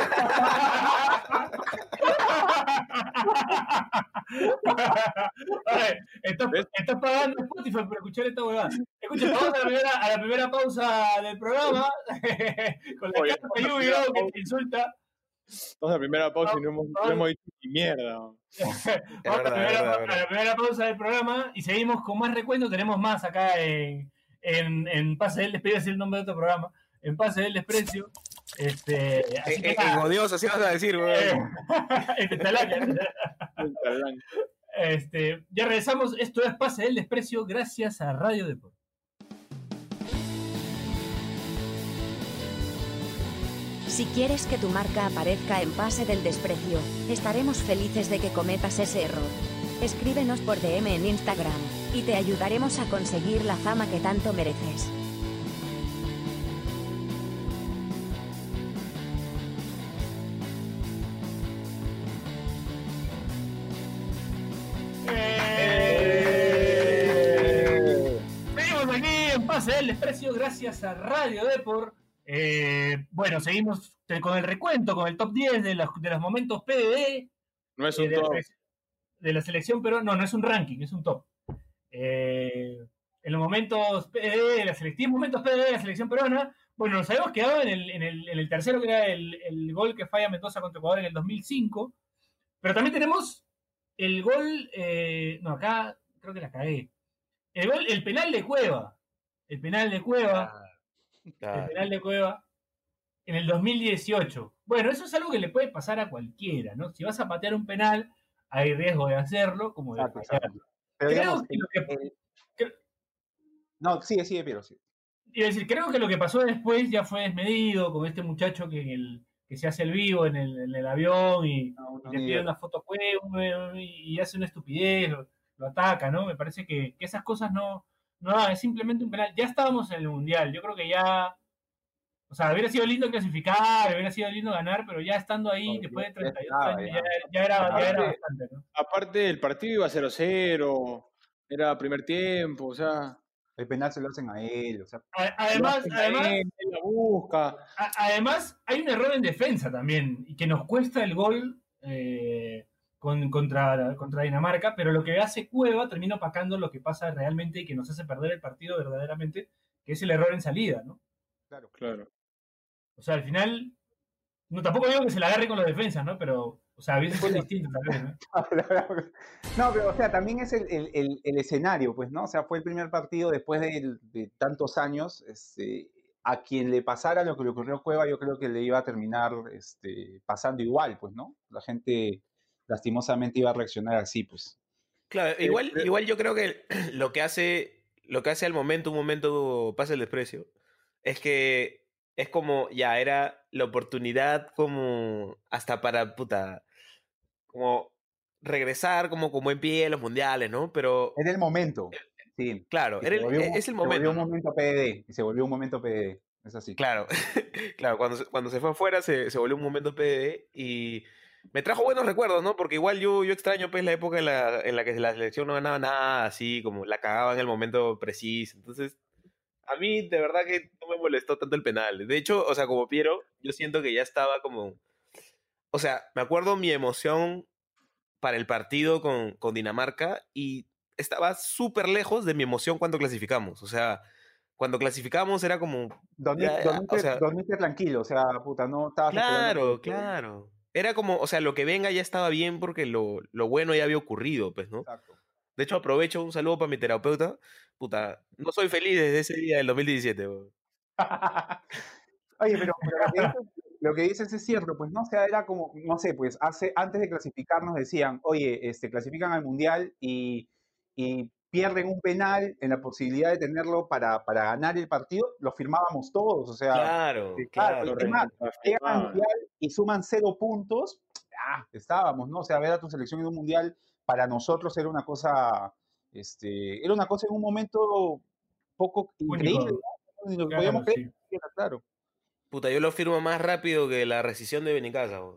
Oye, estás, ¿Ves? estás pagando Spotify por escuchar esta huevada. Escucha, vamos a la primera, a la primera pausa del programa con la Oye, carta de Yu-Gi-Oh! Que te insulta. Estamos en la primera pausa y no hemos, no hemos dicho ni mierda. weón. Vamos verdad, a, la primera, es verdad, es a verdad. la primera pausa del programa y seguimos con más recuento. Tenemos más acá en, en, en Pase del Desprecio, es el nombre de otro programa. En Pase del Desprecio. Este, así Eh, que eh, nada, en odioso, así vas a decir, eh, weón. en Talaca. Punta Blanca. Este, ya regresamos. Esto es Pase del Desprecio gracias a Radio Deport. Si quieres que tu marca aparezca en Pase del Desprecio, estaremos felices de que cometas ese error. Escríbenos por D M en Instagram, y te ayudaremos a conseguir la fama que tanto mereces. Eh, Seguimos aquí en Pase del Desprecio gracias a Radio Deport. Eh, bueno, seguimos te- con el recuento, con el top diez de los, de los momentos P D D. No es eh, un de, la, top. selec- de la selección, pero no, no es un ranking, es un top. Eh, en los momentos P D D, de la selección, momentos P D D de la selección peruana, bueno, nos habíamos quedado en el, en el, en el tercero, que era el, el gol que falla Mendoza contra Ecuador en el dos mil cinco, pero también tenemos el gol, eh, no, acá creo que la cagué. El gol, el penal de Cueva, el penal de Cueva, el Ah, penal de Cueva en el dos mil dieciocho. Bueno, eso es algo que le puede pasar a cualquiera, ¿no? Si vas a patear un penal, hay riesgo de hacerlo como de Exacto, fallarlo. Pero Creo digamos, que lo que- el- creo- no, sigue, sigue, Piero, sí. Iba a decir, creo que lo que pasó después ya fue desmedido con este muchacho que, en el, que se hace el vivo en el, en el avión y, No, no, y le ni pide idea. una foto a Cueva y, y hace una estupidez, lo, lo ataca, ¿no? Me parece que, que esas cosas no, no, es simplemente un penal. Ya estábamos en el Mundial, yo creo que ya, o O sea, hubiera sido lindo clasificar, hubiera sido lindo ganar, pero ya estando ahí, No, después de ya treinta y dos estaba, años, ya. ya, ya era, ya era Aparte- bastante, ¿no? Aparte, el partido iba cero cero, era primer tiempo, o sea. El penal se lo hacen a él, o sea, A- Además, lo hacen además, a él, él la busca. a- además, hay un error en defensa también, y que nos cuesta el gol eh, con- contra, contra Dinamarca, pero lo que hace Cueva termina opacando lo que pasa realmente y que nos hace perder el partido verdaderamente, que es el error en salida, ¿no? claro. Claro. O sea, al final, no, tampoco digo que se la agarre con los defensas, ¿no? Pero, o sea, hubiese sido Bueno. distinto tal vez, ¿no? No, pero o sea, también es el, el- el- el escenario, pues, ¿no? O sea, fue el primer partido después de, de tantos años. Este, a quien le pasara lo que le ocurrió a Cueva, yo creo que le iba a terminar este, pasando igual, pues, ¿no? La gente lastimosamente iba a reaccionar así, pues. Claro, Eh, igual, pero- igual yo creo que lo que hace, lo que hace al momento, un momento pasa el desprecio, es que es como, ya, era la oportunidad como hasta para, puta, como regresar como con buen pie a los mundiales, ¿no? Pero, Era el momento, sí. claro, Y era se el- volvió un- es el Se volvió momento, un ¿no? momento P D D, y se volvió un momento P D D, es así. Claro, claro, cuando se, cuando se fue afuera se, se volvió un momento P D D y me trajo buenos recuerdos, ¿no? Porque igual yo, yo extraño pues la época en la, en la que la selección no ganaba nada, así como la cagaba en el momento preciso. Entonces, a mí de verdad que no me molestó tanto el penal. De hecho, o sea, como Piero, yo siento que ya estaba como... O sea, me acuerdo mi emoción para el partido con, con Dinamarca y estaba súper lejos de mi emoción cuando clasificamos. O sea, cuando clasificamos era como... Dormí- ya, ya, dormiste, o sea, dormiste tranquilo, o sea, puta, no estabas claro, esperando que- claro. Era como, o sea, lo que venga ya estaba bien porque lo, lo bueno ya había ocurrido, pues, ¿no? Exacto. De hecho, aprovecho un saludo para mi terapeuta. Puta, no soy feliz desde ese día del dos mil diecisiete, weón. Oye, pero, pero lo, que dices, lo que dices es cierto, pues, ¿no? O sea, era como, no sé, pues, hace, antes de clasificar nos decían, oye, este, clasifican al Mundial y, y pierden un penal en la posibilidad de tenerlo para, para ganar el partido, lo firmábamos todos, o sea, Claro, sí, claro. es más, llegan al Mundial y suman cero puntos, ah, estábamos, ¿no? O sea, ver a tu selección en un Mundial para nosotros era una cosa, este, era una cosa en un momento poco increíble, Único. ¿no? Ni lo que Claro, podíamos creer, sí. era claro. Puta, yo lo firmo más rápido que la rescisión de Benicasa, weón.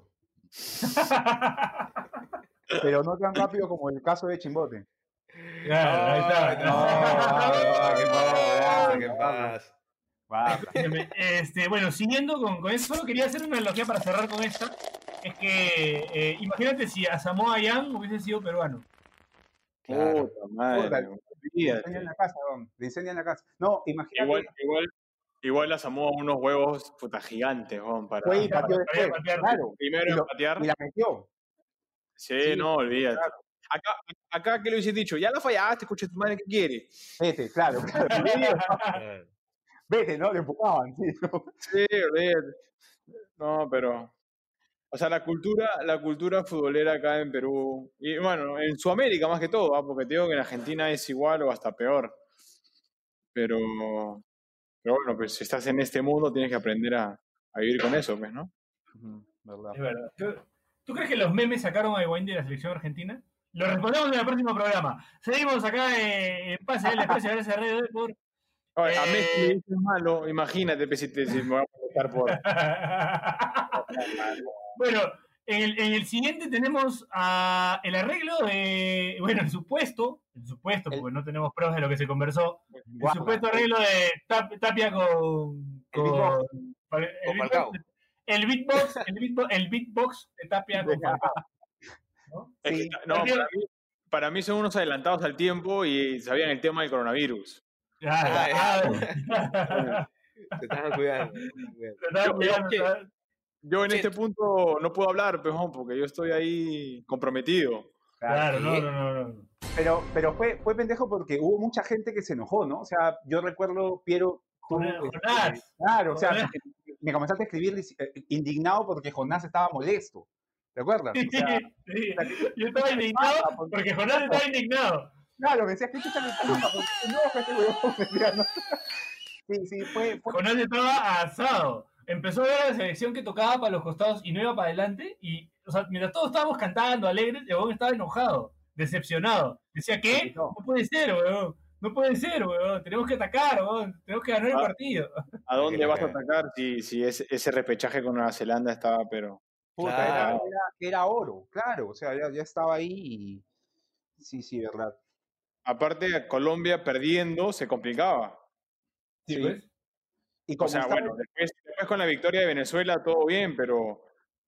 Pero no tan rápido como el caso de Chimbote. Claro, ahí está. Ay, no, ¿qué pasa? ¿Qué no, pasa? Basta. Escúchame, este, bueno, siguiendo con, con eso, solo quería hacer una analogía para cerrar con esta. Es que eh, imagínate si a Samoa Yang hubiese sido peruano. Claro. Puta madre, Puta, olvídate. Le incendian la casa, weón. Le incendian la casa. No, imagínate. Igual, igual, igual la Samoa unos huevos puta gigantes, weón, para Fue y Claro, pateó para después. patear. Claro. primero Y, lo- en patear. y la metió. Sí, Sí, no, olvídate. claro. Acá, acá, ¿qué le hubiese dicho? Ya la fallaste, escucha tu madre, ¿qué quiere? Vete, claro, claro. Claro. Vete, ¿no? Le empujaban, sí. ¿no? Sí, olvídate. No, pero... O sea, la cultura, la cultura futbolera acá en Perú, y bueno, en Sudamérica más que todo, ¿ah? Porque te digo que en Argentina es igual o hasta peor. Pero, pero bueno, pues si estás en este mundo tienes que aprender a, a vivir con eso, pues, ¿no? Ujú, verdad. Es verdad. ¿Tú, tú crees que los memes sacaron a Higuaín de la selección argentina? Lo respondemos en el próximo programa. Seguimos acá eh, en Pase del Desprecio, gracias a Radio D por... Oye, a Eh. Messi le dices malo, imagínate pues, si, te, si me voy a molestar por... Bueno, en el, en el siguiente tenemos a el arreglo de, bueno, el supuesto, el supuesto, El- porque no tenemos pruebas de lo que se compró, el Guarda, supuesto arreglo de Tap- Tapia con, El con, beatbox. el, Con beatbox, Falcao. el beatbox, el beatbox, el beatbox de Tapia con Falcao. ¿No? Es que, Sí. no, para mí, para mí son unos adelantados al tiempo y sabían el tema del coronavirus. Ya, ya, ya. Se estaban cuidando. se estaban cuidando. Se estaban Yo- cuidando, yo- ¿sabes? Yo en Sí. este punto no puedo hablar, pejón, porque yo estoy ahí comprometido. Claro, no, ¿qué? no, no, no. Pero, pero fue, fue pendejo porque hubo mucha gente que se enojó, ¿no? O sea, yo recuerdo, Piero, tú, Jonás, este, Jonás. claro, o sea, Jonás. me comenzaste a escribir eh, indignado porque Jonás estaba molesto. ¿Te acuerdas? O sea, Sí, yo estaba indignado porque Jonás estaba indignado. claro, me decías, ¿qué chucha le pasa? ¿Por qué se enoja este huevón? Decía, ¿no? Sí, sí, fue, fue Jonás estaba asado. Empezó a ver a la selección que tocaba para los costados y no iba para adelante. Y, o sea, mientras todos estábamos cantando, alegres, el huevón estaba enojado, decepcionado. Decía, ¿qué? No puede ser, huevón. No puede ser, weón. Tenemos que atacar, weón. Tenemos que ganar el Ah. partido. ¿A dónde la vas a caga. atacar si, si ese, ese repechaje con Nueva Zelanda estaba, pero... Puta, Claro. era, era, era oro, claro. O sea, ya, ya estaba ahí y. Sí, sí, verdad. Aparte, Colombia perdiendo se complicaba. Sí, Sí. pues. Y O como sea, estaba- bueno, después, después con la victoria de Venezuela todo bien, pero,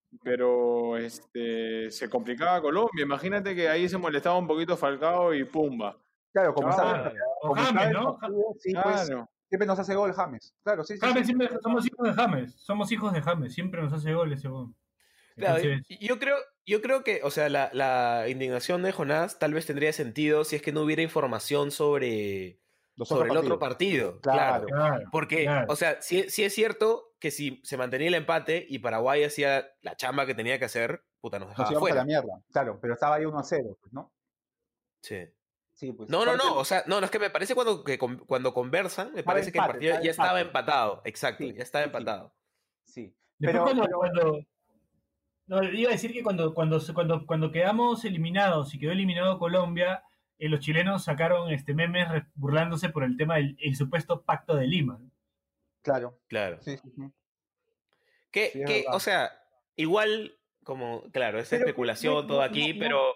pero este, se complicaba Colombia. Imagínate que ahí se molestaba un poquito Falcao y pumba. claro, como Chao. estaba, O como estaba James, el ¿no? partido, sí, pues Claro. siempre nos hace gol James. Claro, sí, sí. James, sí. siempre somos hijos de James. Somos hijos de James. Siempre nos hace goles, ese weón. Claro, Entonces, y- yo creo, yo creo que, o sea, la, la indignación de Jonás tal vez tendría sentido si es que no hubiera información sobre, Los sobre el otros otro partidos. partido. Claro. Claro. claro. Porque, claro. o sea, sí, sí es cierto que si se mantenía el empate y Paraguay hacía la chamba que tenía que hacer, puta, nos Nos dejaba íbamos a fuera. la mierda. Claro, pero estaba ahí uno a cero, pues, ¿no? Sí. Sí, pues. No, no, aparte- no, o sea, no, no, es que me parece cuando, que, con- cuando conversan, me Estaba parece que el empate, partido estaba ya estaba empate. empatado. Exacto, Sí, ya estaba sí, sí. empatado. Sí. Después Pero, cuando, pero- cuando- no, iba a decir que cuando, cuando, se- cuando, cuando quedamos eliminados y quedó eliminado Colombia, eh, los chilenos sacaron este memes re- burlándose por el tema del el supuesto pacto de Lima. ¿no? claro. Claro. Sí, sí, sí. Que, Sí, es que, verdad. o sea, igual, como, claro, esa Pero, especulación, no, todo no, aquí, no, no. pero.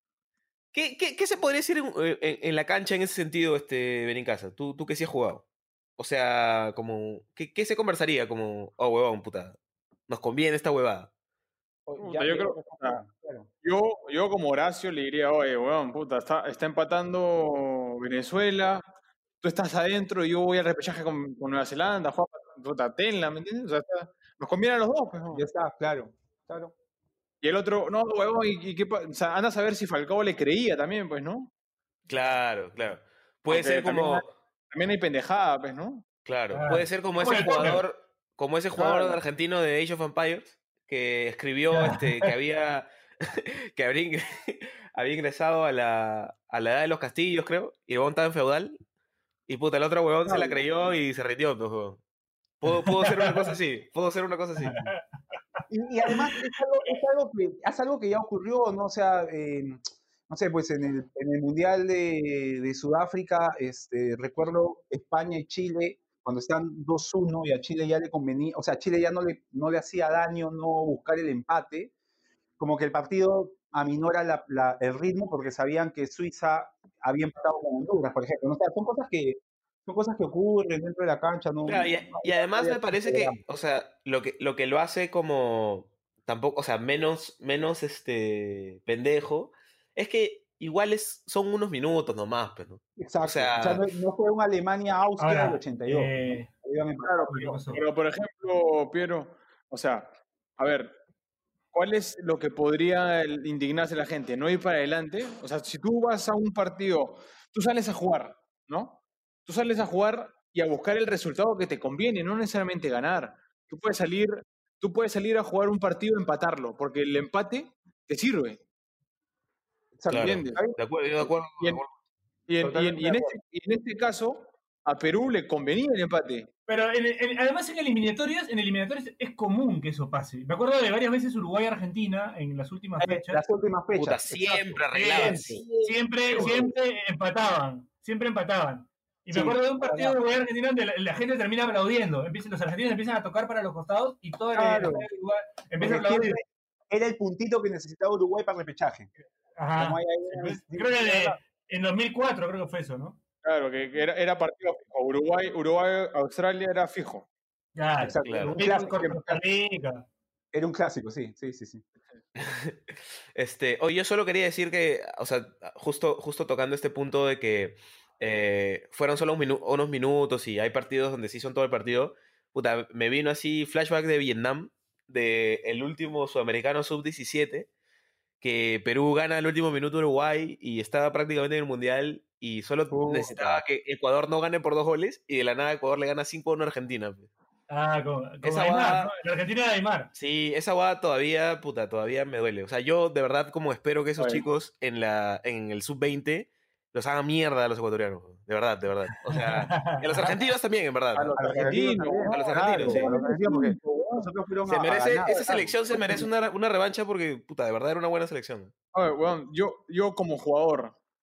¿Qué, qué, qué se podría decir en, en- en la cancha en ese sentido, este, Benincasa? Tú, tú que sí has jugado. O sea, como. ¿Qué, qué se conversaría? Como, oh, huevón, puta. Nos conviene esta huevada. O- Puta, ya- yo ya creo- lo que está jugando, claro. Yo, yo como Horacio le diría, oye, weón, puta, está, está empatando Venezuela, tú estás adentro y yo voy al repechaje con, con Nueva Zelanda, juega, puta, tenla, ¿me entiendes? O sea, está- nos conviene a los dos, pues, ¿no? Ya está, claro. Claro. Y el otro, no, huevón, y, y qué pa- o sea, anda a saber si Falcao le creía también, pues, ¿no? Claro, claro. Puede Porque ser como. también También hay pendejada, pues, ¿no? Claro, Claro. puede ser como Como ese el póker. jugador. Como ese jugador Claro. argentino de Age of Empires. Que escribió Claro. este, que había. que habría, ingre- había ingresado a la, a la edad de los castillos, creo. Y el huevón estaba en feudal. Y puta, el otro huevón se la Claro. creyó y se rindió, pues, huevón. Puedo, puedo hacer una cosa así. Puedo hacer una cosa así. Y, y además es algo, es algo que, es algo que ya ocurrió, ¿no? O sea, eh, no sé, pues en el, en el Mundial de, de Sudáfrica, este, recuerdo España y Chile, cuando están dos uno y a Chile ya le convenía, o sea, a Chile ya no le, no le hacía daño no buscar el empate, como que el partido aminora la- la- el ritmo porque sabían que Suiza había empatado con Honduras, por ejemplo. ¿no? O sea, son cosas que, son cosas que ocurren dentro de la cancha, ¿no? Claro, y, y además me parece que que, o sea, lo que, lo que lo hace como tampoco, o sea, menos, menos este pendejo, es que igual es, son unos minutos nomás, pero Exacto. O sea- no, no fue un Alemania-Austria del Ahora, ochenta y dos. eh, ¿no? Iban Claro, empatados. ¿qué pero, pasó? pero, por ejemplo, Piero, o sea, a ver, ¿cuál es lo que podría el- indignarse la gente? ¿No ir para adelante? O sea, si tú vas a un partido, tú sales a jugar, ¿no? Tú sales a jugar y a buscar el resultado que te conviene, no necesariamente ganar. Tú puedes salir, tú puedes salir a jugar un partido y empatarlo, porque el empate te sirve. Exacto. claro, ¿entiendes? de acuerdo, yo de acuerdo, Y de en, acuerdo. y en- y en- Totalmente y en de este, y en este caso, a Perú le convenía el empate. Pero en- en- además en eliminatorias, en eliminatorias es común que eso pase. Me acuerdo de varias veces Uruguay-Argentina en las últimas Eh, fechas. Las últimas fechas. Puta, exacto. siempre arreglaban. Siempre, siempre, siempre empataban. Siempre empataban. Y me Sí, acuerdo de un partido de para Uruguay-Argentina donde la, la gente termina aplaudiendo. Empiezan, los argentinos empiezan a tocar para los costados y todo el Claro. el Uruguay empieza a Porque aplaudir. siempre era el puntito que necesitaba Uruguay para el repechaje. Ajá. Como hay ahí- Creo que de- en dos mil cuatro creo que fue eso, ¿no? Claro, que, que era, era partido fijo. Uruguay, Uruguay, Australia era fijo. Claro. Exacto, claro. un Uruguay clásico, con Costa Rica. Era un clásico, sí, sí, sí, sí. Este, oye, yo solo quería decir que, o sea, justo, justo tocando este punto de que eh, fueron solo un minu- unos minutos y hay partidos donde sí son todo el partido, puta, me vino así flashback de Vietnam, de el último sudamericano sub diecisiete, que Perú gana el último minuto a Uruguay y estaba prácticamente en el Mundial y solo Puta. necesitaba que Ecuador no gane por dos goles y de la nada Ecuador le gana cinco a uno a Argentina. Pues. Ah, con, con Esa Aymar, guada- ¿no? La Argentina de Aymar. Sí, esa guada todavía, puta, todavía me duele. O sea, yo de verdad como espero que esos Oye. chicos en la en el sub veinte los hagan mierda a los ecuatorianos. De verdad, de verdad. O sea, y a los argentinos también, en verdad. A los A los argentinos. argentinos, a los claro, argentinos, sí. a los argentinos, porque nosotros fueron Se a- a merece, ganar, esa claro. selección se merece una, una revancha porque, puta, de verdad era una buena selección. A ver, weón, yo, yo como jugador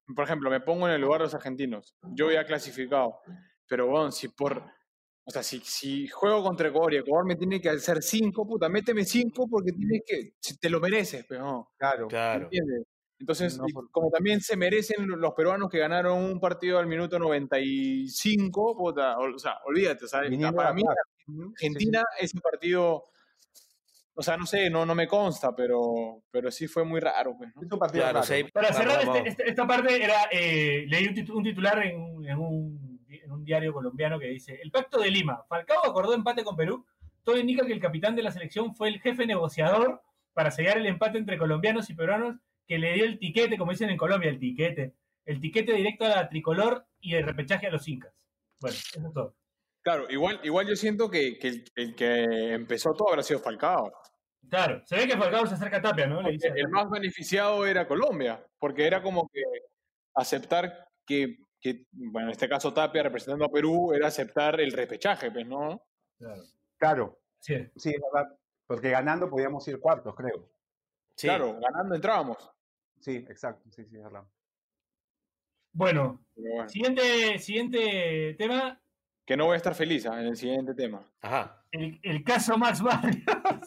por ejemplo, me pongo en el lugar de los argentinos. Yo ya clasificado. Pero, bueno, si por... O sea, si, si juego contra Ecuador y Ecuador me tiene que hacer cinco, puta, méteme cinco porque tienes que... Si te lo mereces, pero no. Claro. Claro. ¿Entiendes? Entonces, No, por- como también se merecen los peruanos que ganaron un partido al minuto noventa y cinco, puta, o, o sea, olvídate, o sea, Viniendo para de mí atrás. Ujú, sí, sí. Argentina ese partido, o sea, no sé, no, no me consta, pero, pero sí fue muy raro, pues, ¿no? Es un partido Claro, raro. sí. Para Claro, cerrar vamos. este- este- esta parte, era eh, leí un, titu- un titular en, un- en un, en un diario colombiano que dice: el pacto de Lima, Falcao acordó empate con Perú, todo indica que el capitán de la selección fue el jefe negociador para sellar el empate entre colombianos y peruanos, que le dio el tiquete, como dicen en Colombia, el tiquete, el tiquete directo a la tricolor y el repechaje a los incas. Bueno, eso es todo. Claro, igual, igual yo siento que, que el, el que empezó todo habrá sido Falcao. Claro, se ve que Falcao se acerca a Tapia, ¿no? Le Porque dice a el Tapia. más beneficiado era Colombia, porque era como que aceptar que, que, bueno, en este caso Tapia representando a Perú, era aceptar el repechaje, pues, ¿no? Claro. Claro, Sí. sí, es verdad. Porque ganando podíamos ir cuartos, creo. Sí. Claro, ganando entrábamos. Sí, exacto, sí, sí, es verdad. Bueno, Pero bueno, siguiente, siguiente tema, que no voy a estar feliz ¿ah? en el siguiente tema. Ajá. el, el caso Max Barrios.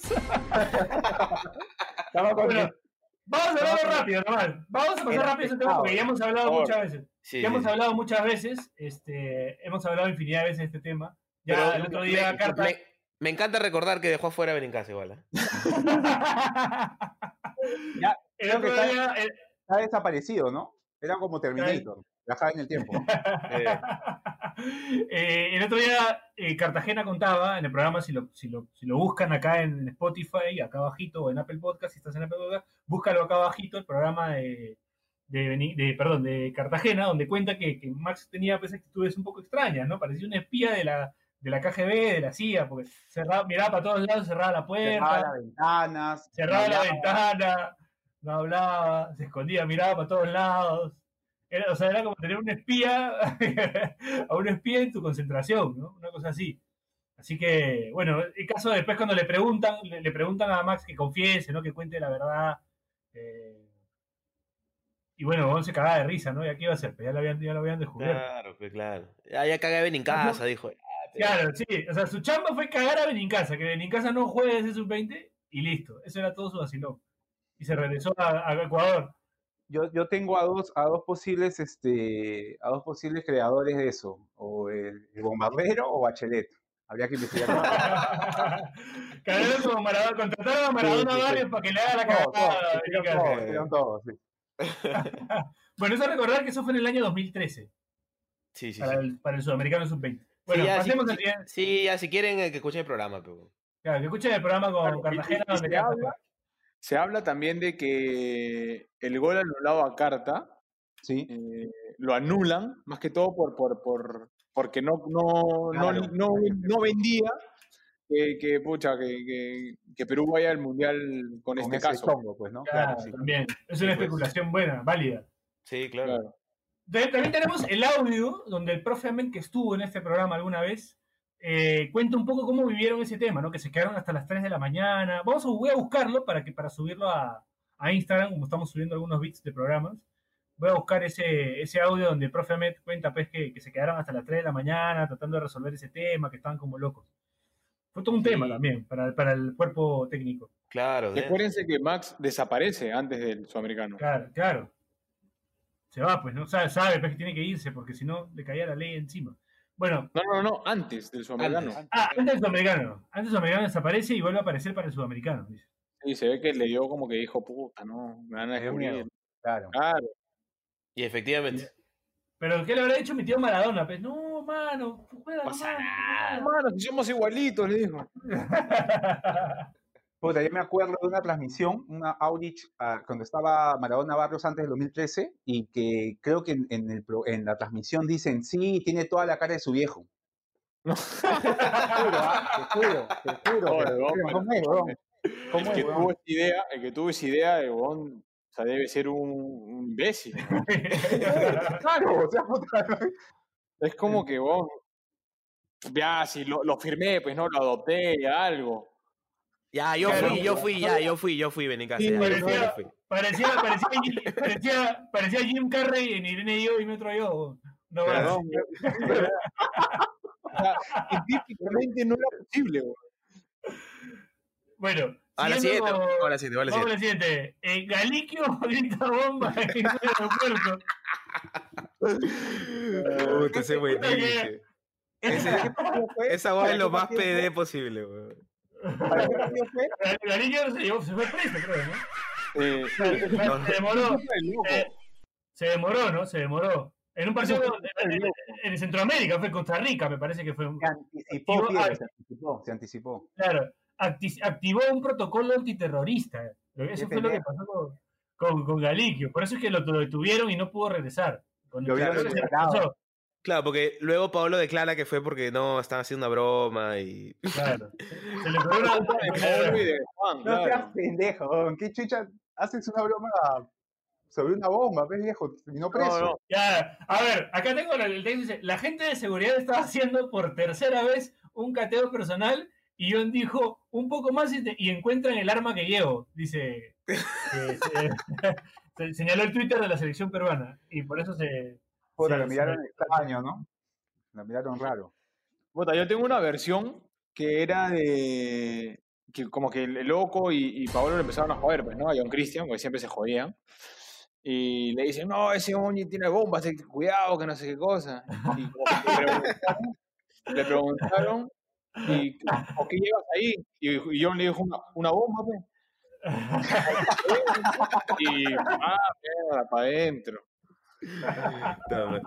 Estaba con Bueno, vamos a hablarlo rápido nomás. Vamos a pasar Era rápido ese tema porque ya hemos hablado Por favor. muchas veces. Sí, Ya sí, hemos sí. hablado muchas veces, este, hemos hablado infinidad de veces de este tema. Ya Pero el otro día me, Carta. me- me encanta recordar que dejó afuera a Benincasa igual. ¿eh? Ya, el creo otro que está- día. el- Está desaparecido, ¿no? Era como Terminator. Viajaba en el tiempo. Eh, Eh, el otro día eh, Cartagena contaba en el programa, si lo, si, lo, si lo buscan acá en Spotify, acá abajito, o en Apple Podcast, si estás en Apple Podcast, búscalo acá abajito, el programa de, de, Beni- de, perdón, de Cartagena, donde cuenta que, que Max tenía pues, actitudes un poco extrañas, ¿no? Parecía un espía de la, de la K G B, de la C I A, porque cerraba, miraba para todos lados, cerraba la puerta, Cerraba las ventanas. cerraba la hablaba. ventana, no hablaba, se escondía, miraba para todos lados. Era, o sea, era como tener un espía, a un espía en tu concentración, ¿no? Una cosa así. Así que, bueno, el caso después cuando le preguntan, le, le preguntan a Max que confiese, ¿no? Que cuente la verdad. eh, y bueno, Gon se cagaba de risa, ¿no? ¿Y aquí iba a ser? Pues ya lo habían, ya lo habían descubierto. claro, pues claro. Ya, ya cagué a Benincasa, dijo. Ah, pero- Claro, sí. O sea, su chamba fue cagar a Benincasa, que Benincasa no juegue ese sub veinte y listo. Eso era todo su vacilón. Y se regresó a, a Ecuador. Yo, yo tengo a dos, a dos posibles, este, a dos posibles creadores de eso. O el, el bombardero o Bachelet. Habría que investigar. Cagaron como Maradona, contrataron a Maradona Sí, sí, sí. varios para que le haga la Todos, cagada. todos, a hicieron Benincasa. todos, hicieron todos, sí. Bueno, eso recordar que eso fue en el año dos mil trece, Sí, sí, para, sí. el, para el sudamericano sub veinte. Bueno, sí, ya, pasemos sí, al siguiente. sí, ya si quieren eh, que escuchen el programa, pero... Claro, que escuchen el programa con Claro, y- Cartagena, y- y donde se queda habla- Se habla también de que el gol anulado a Carta Sí, eh, lo anulan, más que todo por, por, por porque no, no, Claro. no, no, no vendía que, que, pucha, que, que, que Perú vaya al Mundial con, con este ese caso. chongo, pues, ¿no? Claro, Claro, sí. también. Es Sí, una pues. especulación buena, válida. Sí, claro. Claro. De- También tenemos el audio donde el profe Amen, que estuvo en este programa alguna vez, eh, cuenta un poco cómo vivieron ese tema, ¿no? Que se quedaron hasta las tres de la mañana. Vamos a, voy a buscarlo para, que, para subirlo a, a Instagram, como estamos subiendo algunos bits de programas. Voy a buscar ese, ese audio donde el profe Ahmed cuenta pues, que, que se quedaron hasta las tres de la mañana tratando de resolver ese tema, que estaban como locos. Fue todo un Sí. tema también para, para el cuerpo técnico. Claro, Y de- acuérdense que Max desaparece antes del sudamericano. Claro, claro. Se va, pues, ¿no? Sabe, sabe pues, que tiene que irse, porque si no, le caía la ley encima. Bueno, No, no, no, antes del sudamericano. Antes. ah, antes del sudamericano. Antes del sudamericano desaparece y vuelve a aparecer para el sudamericano. Dice. Y se ve que le dio como que dijo, puta, no, me van a Me dio descubrir. miedo. Claro. Claro. Y efectivamente. Pero ¿qué le habrá dicho mi tío Maradona? Pues no, mano, juega Pasa nomás, nada. Hermano, si somos igualitos, le dijo. Puta, yo me acuerdo de una transmisión, una outreach, ah, cuando estaba Maradona Barrios antes del dos mil trece, y que creo que en, en el, pro- en la transmisión dicen, sí, tiene toda la cara de su viejo. No. Te juro, ah, te juro, te juro. Joder, pero- weón, pero ¿Cómo es, weón? ¿Cómo El es, que, weón? tuvo esa idea, el que tuvo esa idea de weón, o sea, debe ser un, un imbécil. ¿no? Claro, o sea, puta, ¿no? Es como que, weón, ya, si lo, lo firmé, pues no, lo adopté, algo. Ya, yo Claro. fui, yo fui, ya, yo fui, yo fui, Benicasa. Sí, ya, yo fui, parecía- yo fui. Parecía, parecía, parecía, parecía Jim Carrey en Irene yo y me otro yo. No, Pero va. no, pero- o sea, científicamente no era posible, güey. Bueno, A la siguiendo siguiente, con- a la siguiente, a la vamos a siguiente. la siguiente. Eh, Galiquio grita bomba en el aeropuerto. Puta, ese buenísimo. ¿Ese para qué partido fue? Esa voz ¿Para es lo qué más partido P D fue? posible, weón. ¿Para qué partido fue? Galiquio se, llevó, se fue preso, creo, ¿no? Eh, Se, se demoró. eh, se demoró, ¿no? Se demoró. En un partido Eso fue en, en- en Centroamérica, fue Costa Rica, me parece que fue. un- Se anticipó, Activó- Pierre, ah, se anticipó, se anticipó. Claro, acti- activó un protocolo antiterrorista. Eso Qué fue lo que pendejo. pasó con, con, con Galiquio. Por eso es que lo, lo detuvieron y no pudo regresar. Con Lo vieron creo que se liberado. retrasó. Claro, porque luego Pablo declara que fue porque no, estaban haciendo una broma y... Claro. Se le ocurrió una- de Pablo y de Juan, No claro. seas pendejo, weón. ¿Qué chucha haces una broma sobre una bomba, ves viejo? Y no preso. No, no. Ya, a ver, acá tengo el el texto. Dice: la gente de seguridad estaba haciendo por tercera vez un cateo personal y John dijo un poco más y, te- y encuentran el arma que llevo. Dice. eh, se- se- señaló el Twitter de la selección peruana y por eso se. Puta, se- lo miraron se- extraño, ¿no? Lo miraron raro. Puta, yo tengo una versión que era de. Que como que el Loco y, y Paolo le empezaron a joder, pues, ¿no? A John Christian, porque siempre se jodían. Y le dicen, no, ese Oñi tiene bombas, eh, cuidado, que no sé qué cosa. Y como que le preguntaron, le preguntaron ¿y por qué llevas ahí? Y, y John le dijo, una, una bomba, pues. Y, ah, mierda, para adentro. No, man.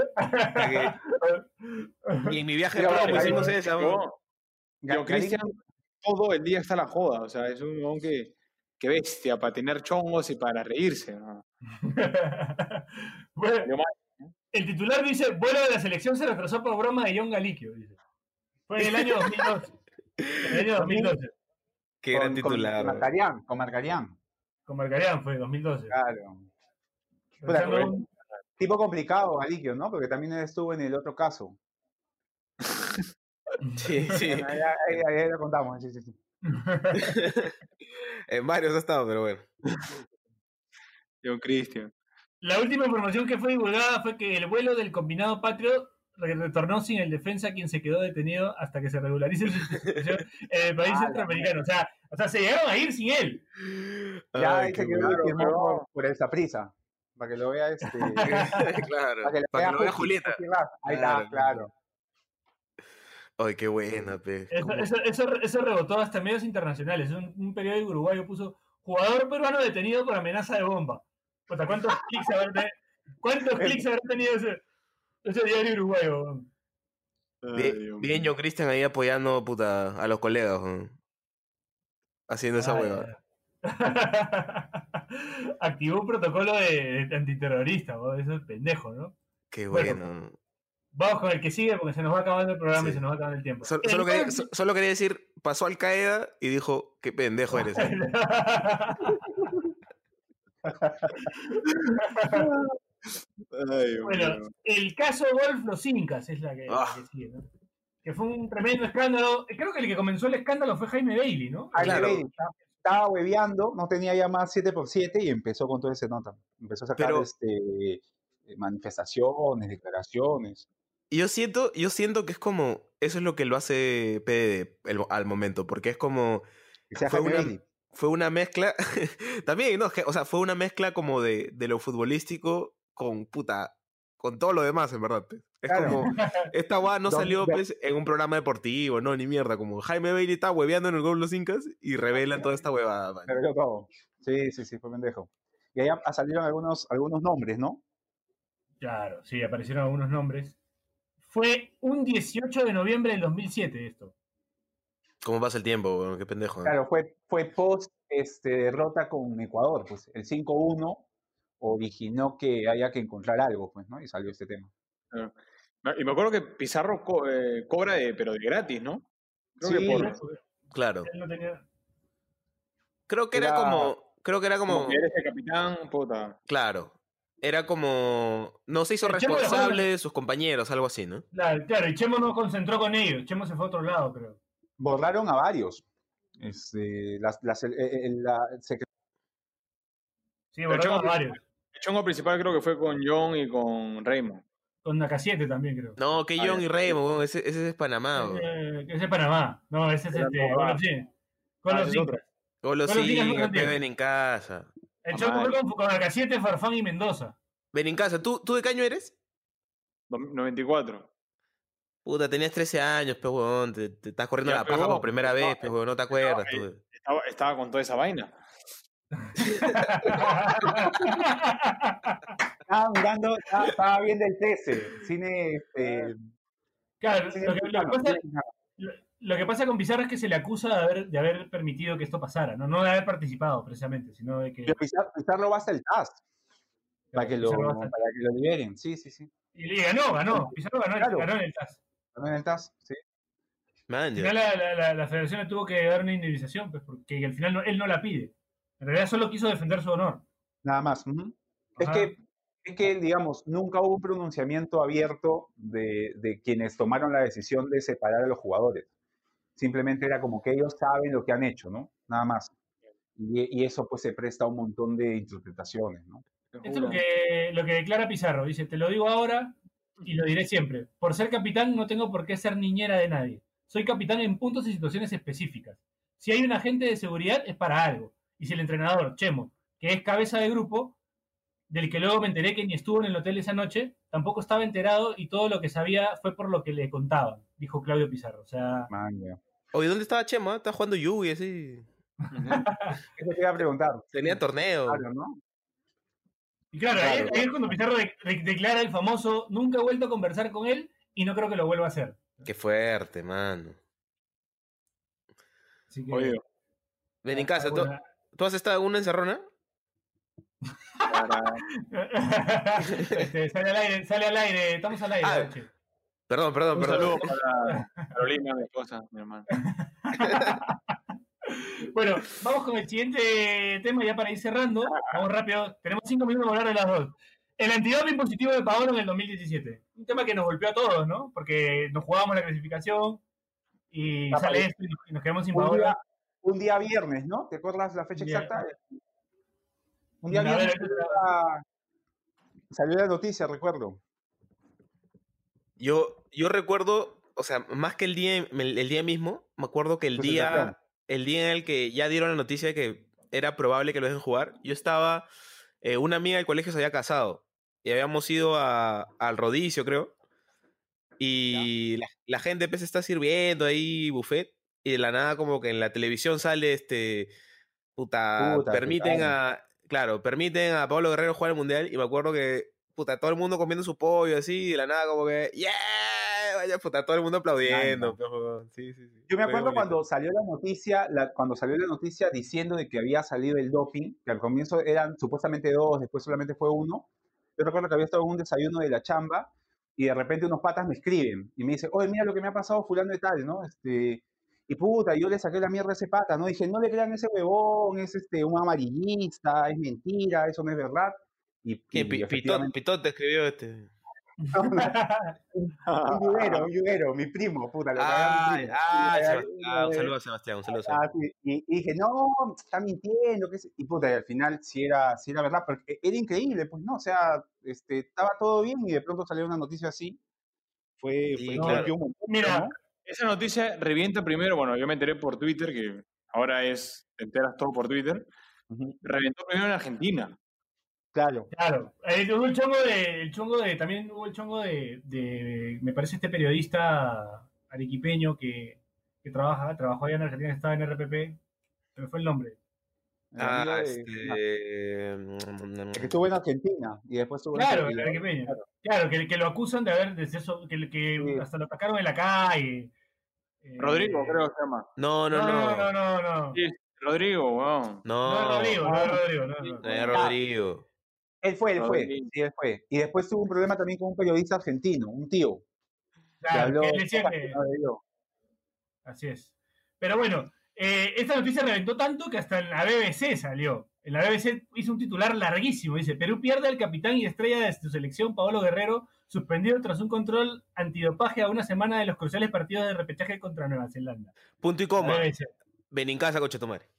Y en mi viaje de Pero, promo pero, hicimos pero, esa, Yo, weón. John Christian todo el día está a la joda, o sea, es un huevón que, que bestia para tener chongos y para reírse, ¿no? Bueno, Yo más- el titular dice: vuelo de la selección se retrasó por broma de John Galiquio. Dice. Fue en el año dos mil doce. En el año dos mil doce. Qué gran con, titular. Con weón. Marcarián, con Marcarián. Con Marcarián fue dos mil doce. Claro. Pensando Puta, un- Tipo complicado, Galiquio, ¿no? Porque también él estuvo en el otro caso. Sí, sí. Bueno, ya, ya- ya lo contamos. Sí, sí, sí. En varios ha estado, pero bueno. John Christian. La última información que fue divulgada fue que el vuelo del combinado patrio re- retornó sin el defensa, quien se quedó detenido hasta que se regularice su situación en el país Ah, la centroamericano. O sea, o sea, se llegaron a ir sin él. Ya Ay, ahí qué se quedó bueno. y firmó pero- por, por el Saprissa. Para que lo vea este. Claro, para que para que lo vea Juki, Julieta. Juki Raza. Ahí Claro, está, claro. Ay, qué buena, pe. Eso, ¿Cómo? eso, eso, eso rebotó hasta medios internacionales. Un, un periódico uruguayo puso: jugador peruano detenido por amenaza de bomba. Puta, ¿cuántos clics habrá, te- ¿cuántos clics habrá tenido ese, ese diario uruguayo? weón? Bien, bien John Christian ahí apoyando, puta, a los colegas, weón. Haciendo esa Ah, hueva. ya. Activó un protocolo de, de antiterrorista, weón. Eso es pendejo, ¿no? Qué Bueno. bueno. Vamos con el que sigue porque se nos va acabando el programa y Sí. se nos va acabando el tiempo. Solo, El solo quería, más- so- solo quería decir, pasó Al Qaeda y dijo, qué pendejo eres. ¿eh? Ay, Dios Bueno, mío. el caso Golf Los Incas es la que, la Ah. que sigue, ¿no? Que fue un tremendo escándalo. Creo que el que comenzó el escándalo fue Jaime Bailey, ¿no? Jaime Claro. Bailey estaba- estaba hueveando, no tenía ya más siete por siete y empezó con todo ese nota. Empezó a sacar Pero- este, manifestaciones, declaraciones. Y yo siento, yo siento que es como, eso es lo que lo hace P D D el- al momento, porque es como, Que sea Fue Jaime una- Bailey. fue una mezcla, también, ¿no? Es que, o sea, fue una mezcla como de, de lo futbolístico con, puta, con todo lo demás, en verdad. pues. Es Claro. como, esta guada no Dos- salió dos- pues, en un programa deportivo, no, ni mierda, como Jaime Bailey está hueveando en el gol Los Incas y revelan toda esta huevada, man. Se reveló todo. Sí, sí, sí, fue pendejo. Y ahí ha- salieron algunos, algunos nombres, ¿no? Claro, sí, aparecieron algunos nombres. Fue un dieciocho de noviembre del dos mil siete esto. ¿Cómo pasa el tiempo, weón? Qué pendejo. ¿no? Claro, fue, fue post este, derrota con Ecuador, pues el cinco uno originó que haya que encontrar algo, pues, ¿no? Y salió este tema. Y me acuerdo que Pizarro co- eh, cobra, de, pero de gratis, ¿no? Creo Sí, que por, Claro. Él no tenía... Creo que era, Era- como, creo que era como, como que eres el capitán, puta. claro. Era como, no se hizo El Chemo dejó responsable de- de sus compañeros, algo así, ¿no? Claro, claro, y Chemo no concentró con ellos. Chemo se fue a otro lado, creo. Borraron a varios. Este, las, las, el, el- la secre- Sí, El borraron chongo, a varios. el chongo principal creo que fue con John y con Raymond. Con Nakasiete también, creo. No, que Ah, John ya. y Remo, weón, ese, ese es Panamá, weón. Eh, ese es Panamá. No, ese es Era este. no, Con ah. los sí. Con Ah, los ese es otro. incas. Golo Con los Incas sí, no que contigo. ven en casa. El Ah, Choco fue madre. con, con Nakasiete, Farfán y Mendoza. Ven en casa. ¿Tú, ¿Tú de qué año eres? noventa y cuatro. Puta, tenías trece años, pe, weón. Te, te estás corriendo Ya, la pero paja por vos, primera estaba- vez, pe, weón. No te acuerdas, estaba- tú. Estaba, estaba con toda esa vaina. Estaba mirando, estaba, estaba viendo el trece, cine, este, Claro, cine lo que, lo, que mexicano, pasa, cine mexicano. lo, lo que pasa con Pizarro es que se le acusa de haber, de haber permitido que esto pasara, ¿no? No de haber participado, precisamente, sino de que. Pero Pizarro, Pizarro va hasta el T A S para que, lo, Pizarro va hasta- para que lo liberen, sí, sí, sí. Y le ganó, ganó. Pizarro ganó, Claro. ganó en el T A S. También en el T A S, sí. Man, Al ya. final la, la, la, la federación le tuvo que dar una indemnización, pues, porque al final no- él no la pide. En realidad solo quiso defender su honor. Nada más. Ujú. Es Ajá. que, es que, digamos, nunca hubo un pronunciamiento abierto de, de quienes tomaron la decisión de separar a los jugadores. Simplemente era como que ellos saben lo que han hecho, ¿no? Nada más. Y, y eso pues se presta a un montón de interpretaciones, ¿no? Esto es lo que, lo que declara Pizarro. Dice, te lo digo ahora y lo diré siempre. Por ser capitán no tengo por qué ser niñera de nadie. Soy capitán en puntos y situaciones específicas. Si hay un agente de seguridad es para algo. Y si el entrenador, Chemo, que es cabeza de grupo, del que luego me enteré que ni estuvo en el hotel esa noche, tampoco estaba enterado y todo lo que sabía fue por lo que le contaban, dijo Claudio Pizarro. O sea, Man, ya. Oye, ¿dónde estaba Chema? Estaba jugando Yugi, así. Eso te iba a preguntar. Tenía torneo. Claro, ¿no? y claro, ahí, Claro. ahí es cuando Pizarro de- de- declara el famoso, nunca he vuelto a conversar con él y no creo que lo vuelva a hacer. Qué fuerte, mano. Así que, Oye, Ven en casa. ¿Tú, alguna- ¿Tú has estado en una encerrona? para- Este, sale al aire, sale al aire, estamos al aire. Ah, Nachi. Perdón, perdón, un perdón. saludo para Carolina, mi esposa, mi hermana. Bueno, vamos con el siguiente tema ya para ir cerrando. Vamos rápido. Tenemos cinco minutos para hablar de las dos. El antidoping positivo de Paolo en el dos mil diecisiete. Un tema que nos golpeó a todos, ¿no? Porque nos jugábamos la clasificación y Ah, sale vale. esto y nos, y nos quedamos sin Un Paolo. día, un día viernes, ¿no? ¿Te acuerdas la fecha Un día- exacta? Un día A ver, viernes ahorita salió te la, salió la noticia, recuerdo. Yo, yo recuerdo, o sea, más que el día, el, el día mismo, me acuerdo que el día, Presentación. el día en el que ya dieron la noticia de que era probable que lo dejen jugar, yo estaba, eh, una amiga del colegio se había casado y habíamos ido a, al Rodicio, creo, y la, la gente pues está sirviendo ahí buffet y de la nada como que en la televisión sale este, puta, Puta, permiten claro. a, claro, permiten a Pablo Guerrero jugar el Mundial y me acuerdo que puta, todo el mundo comiendo su pollo así, y de la nada como que, ¡yeah! Vaya, puta, todo el mundo aplaudiendo. pero, sí, sí, sí. Yo me Fue acuerdo bonito. cuando salió la noticia, la- cuando salió la noticia diciendo de que había salido el doping, que al comienzo eran supuestamente dos, después solamente fue uno. Yo recuerdo que había estado en un desayuno de la chamba y de repente unos patas me escriben y me dicen, oye, mira lo que me ha pasado fulano de tal, ¿no? Este, y puta, yo le saqué la mierda a ese pata, ¿no? Dije, no le crean a ese huevón, es este, un amarillista, es mentira, eso no es verdad. Y, ¿Quién? y Pi- Pitot, efectivamente, Pitot te escribió este. un yuguero, un yuguero, mi primo, puta, lo cagaba mi Ay, primo. ay, Y- Sebastián. Ah, un y- saludo a Sebastián, un saludo a Ah, Sebastián. sí, y, y dije, no, está mintiendo, qué sé. Y puta, y al final sí era, sí era verdad, porque era increíble, pues no, o sea, este, estaba todo bien y de pronto salió una noticia así. Fue, Sí, fue No, claro. golpeó un montón, Mira, ¿no? Esa noticia revienta primero, bueno, yo me enteré por Twitter, que ahora es, te enteras todo por Twitter, Ujú. reventó primero en Argentina. Claro, claro, eh, hubo el chongo de, el chongo de, también hubo el chongo de, de me parece este periodista arequipeño que, que trabaja, trabajó allá en Argentina, que estaba en R P P, pero fue el nombre. el amigo Ah, de- este. el que estuvo en Argentina y después estuvo en Claro, el Argentina. arequipeño. Claro. Claro, que, que lo acusan de haber, de ser so- que, que Sí. hasta lo atacaron en la calle. Eh, Rodrigo, creo que se llama. No, no, No, no. no, no, no, no. Sí, Rodrigo, weón. No es No, Rodrigo, no es Rodrigo, no, no. no era Ah. Rodrigo. Él fue, él fue, Rodrigo. sí, él fue. Y después tuvo un problema también con un periodista argentino, un tío, que Claro, habló que él decía cosas que- que no debió. Así es. Pero bueno, eh, esta noticia reventó tanto que hasta en la B B C salió. En la B B C hizo un titular larguísimo. Dice, Perú pierde al capitán y estrella de su selección, Paolo Guerrero, suspendido tras un control antidopaje a una semana de los cruciales partidos de repechaje contra Nueva Zelanda. Punto y La coma. B B C. Benincasa, coche tu madre.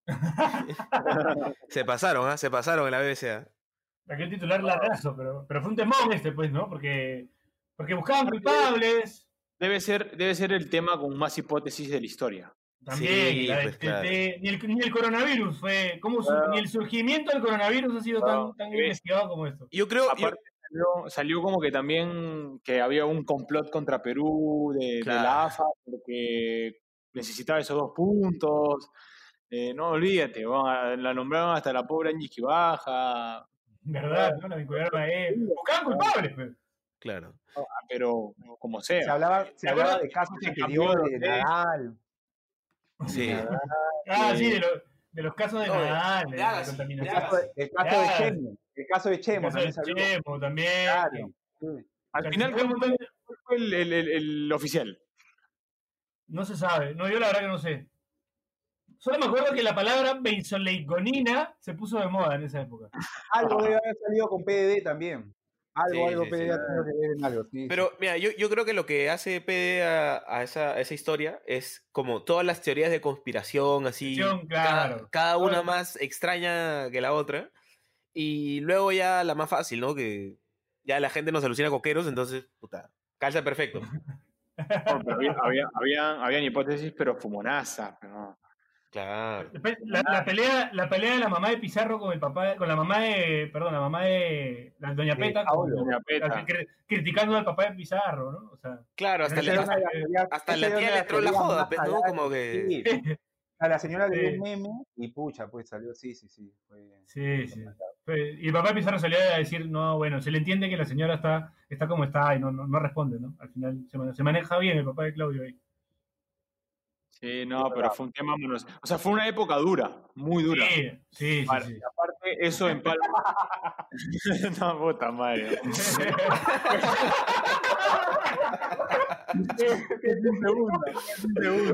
Se pasaron, ¿ah? ¿eh? Se pasaron en la B B C A. Aquel titular largazo, pero, pero fue un temón este, pues, ¿no? Porque, porque buscaban culpables. Debe ser, debe ser el tema con más hipótesis de la historia. También, Sí, la de- pues, de- claro. de- ni, el, ni el coronavirus fue, ¿cómo su- Claro. ni el surgimiento del coronavirus ha sido No, tan, tan es- investigado como esto. Yo creo... yo- Aparte, salió, salió como que también que había un complot contra Perú de, de Claro. la A F A porque necesitaba esos dos puntos. Eh, no olvídate, van a- la nombraron hasta la pobre Angie Baja, ¿Verdad? ¿No? La vincularon a él. Buscaban culpables, pues. Claro. pero como Se sea. hablaba, se ¿Te hablaba acuerdas? de casos Se anteriores, cambió de de- Nadal. Sí. Ah, Eh, sí, de, lo- de los casos de no, de- Nadal, de, de la Agassi, El contaminación. de caso de, el caso de Ya. Chemo. El caso de El Chemo caso de también salió. Chemo también. Claro. Sí. Al O sea, final, sí, ¿cuál un montón de- fue el, el- el- el oficial? No se sabe. No, yo la verdad que no sé. Solo me acuerdo que la palabra benzoleigonina se puso de moda en esa época. Algo debe haber salido con P D D también. Algo, Sí, algo sí, P D D sí. ha tenido que ver en algo. Sí, Pero mira, yo, yo creo que lo que hace P D a, a esa, a esa historia es como todas las teorías de conspiración, así, Conspiración, cada, claro. cada una Todo- más extraña que la otra. Y luego ya la más fácil, ¿no? Que ya la gente nos alucina coqueros, entonces, puta, calza perfecto. No, pero había, había, habían, habían hipótesis, pero fumonazas. Pero... Claro. Después, La, la pelea, la pelea de la mamá de Pizarro con el papá, con la mamá de, perdón, la mamá de la doña De Peta, Paulo. con- Doña Peta. la- cri- criticando al papá de Pizarro, ¿no? O sea, Claro, hasta, Esa le, era hasta, una- teoría- hasta esa la era tía una le de entró las la teorías joda, más pues, ¿no? jaladas. Como que... Sí. A la señora le dio Sí. un meme y pucha, pues salió, sí, sí, sí. Fue... sí, sí. Fue- Y el papá de Pizarro salió a decir, no, bueno, se le entiende que la señora está, está como está y no, no, no responde, ¿no? Al final se, mane- se maneja bien el papá de Claudio ahí. Sí, no, pero fue un tema monos. O sea, fue una época dura, muy dura. Sí, sí, sí. Para- sí. Aparte, eso en Palma. No, puta madre. Un segundo, un segundo.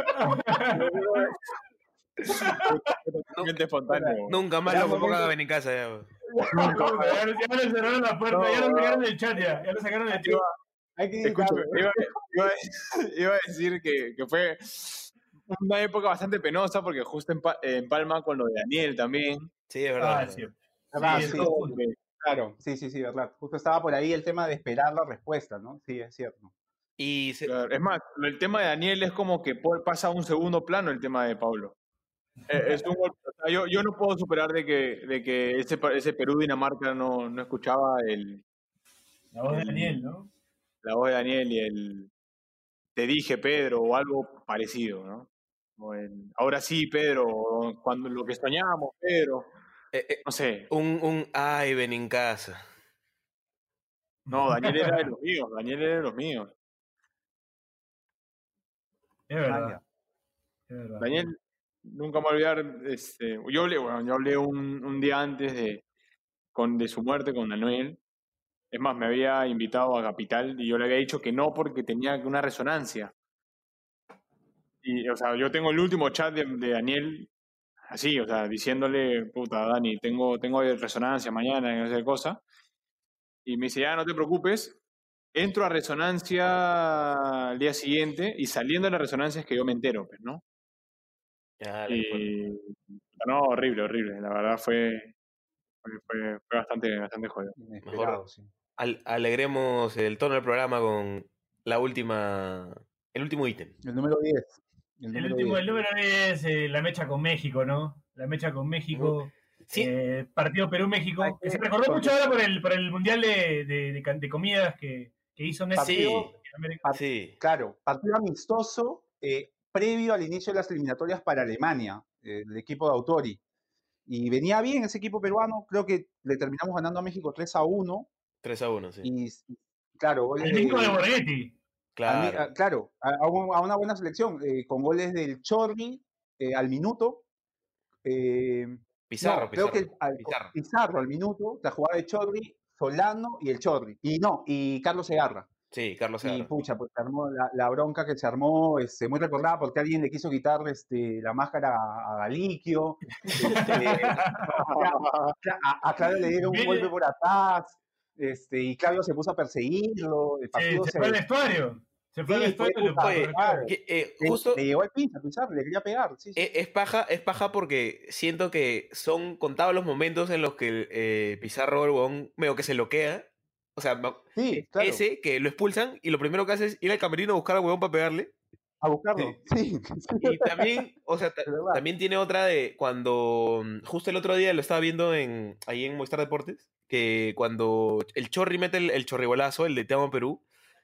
Totalmente espontáneo. Nunca más Ya, lo convocan momento. a Benincasa. Ya. güey. Nunca. Ya, ya le cerraron la puerta, No, ya lo no. sacaron del chat, ya, ya lo sacaron del chat. Hay que Escúchame, editarlo. iba, iba- iba a decir que, que fue una época bastante penosa porque justo en, Pa- en Palma con lo de Daniel también. Sí, es verdad. Ah, sí. Ah, Sí, sí, todo junto. que- Claro, sí, sí, sí, verdad. Justo estaba por ahí el tema de esperar la respuesta, ¿no? Sí, es cierto. Y se- claro, es más, el tema de Daniel es como que po- pasa a un segundo plano el tema de Pablo. Eh, es un golpe, o sea, yo, yo no puedo superar de que, de que ese, pa- ese Perú-Dinamarca no, no escuchaba el, La voz de Daniel, ¿no? la voz de Daniel y el te dije Pedro o algo parecido, ¿no? O el, ahora sí Pedro, o cuando lo que soñábamos Pedro, eh, eh, no sé. un, un ay, Benincasa. No, Daniel era de los míos, Daniel era de los míos. Es verdad. Vaya. Es verdad. Daniel, nunca me voy a olvidar, este, yo hablé, bueno, yo hablé un, un día antes de, con, de su muerte con Daniel. Es más, me había invitado a Capital y yo le había dicho que no porque tenía una resonancia. Y, o sea, yo tengo el último chat de, de Daniel, así, o sea, diciéndole, puta, Dani, tengo, tengo resonancia mañana y no sé qué cosa. Y me dice, ya, no te preocupes. Entro a resonancia al día siguiente y saliendo de la resonancia es que yo me entero, pues, ¿no? Ya, la que fue. Y, no, horrible, horrible. La verdad fue, fue, fue, fue bastante, bastante jodido. Inesperado, sí. Al- alegremos el tono del programa con la última, el último ítem. El número diez. El El número último, diez. el número es eh, la mecha con México, ¿no? La mecha con México. Sí. eh, partido Perú-México. Hay Que que- se recordó mucho ahora por el, por el Mundial de, de, de can- de comidas que, que hizo Néstor. Sí. en América. Sí. Claro, partido amistoso eh, previo al inicio de las eliminatorias para Alemania, eh, el equipo de Autori. Y venía bien ese equipo peruano, creo que le terminamos ganando a México tres a uno. tres a uno, sí. Y claro, goles El México de de- Borghetti. a mí- Claro. a- claro, a, a un- a una buena selección, eh, con goles del Chorri eh, al minuto. eh, Pizarro, no, creo Pizarro. que el- al- Pizarro. Pizarro al minuto, la jugada de Chorri, Solano y el Chorri. Y no, y Carlos Segarra. Sí, Carlos Y Segarra. pucha, pues se armó la, la bronca que se armó, este, muy recordada porque alguien le quiso quitar este, la máscara a, a Galiquio. Este, a, a Claudio le dieron un Viene- golpe por atrás, este, y Claudio se puso a perseguirlo. El Se, partido se se, fue al vestuario. Se fue al Sí, estadio fue y lo puta, Oye, recuerdo. que, eh, Le, justo le llegó al pinza, a pisar, le quería pegar. Sí, sí. eh, es paja, es paja porque siento que son contados los momentos en los que eh, Pizarro, el huevón, medio que se loquea. O sea, ma- Sí, es claro. ese que lo expulsan y lo primero que hace es ir al camerino a buscar al huevón para pegarle. A buscarlo. Sí. Y también, o sea, ta- De verdad. también tiene otra de cuando, mm, justo el otro día lo estaba viendo en, ahí en Movistar Deportes, que cuando el Chorri mete el, el chorribolazo, el de Te Amo Perú,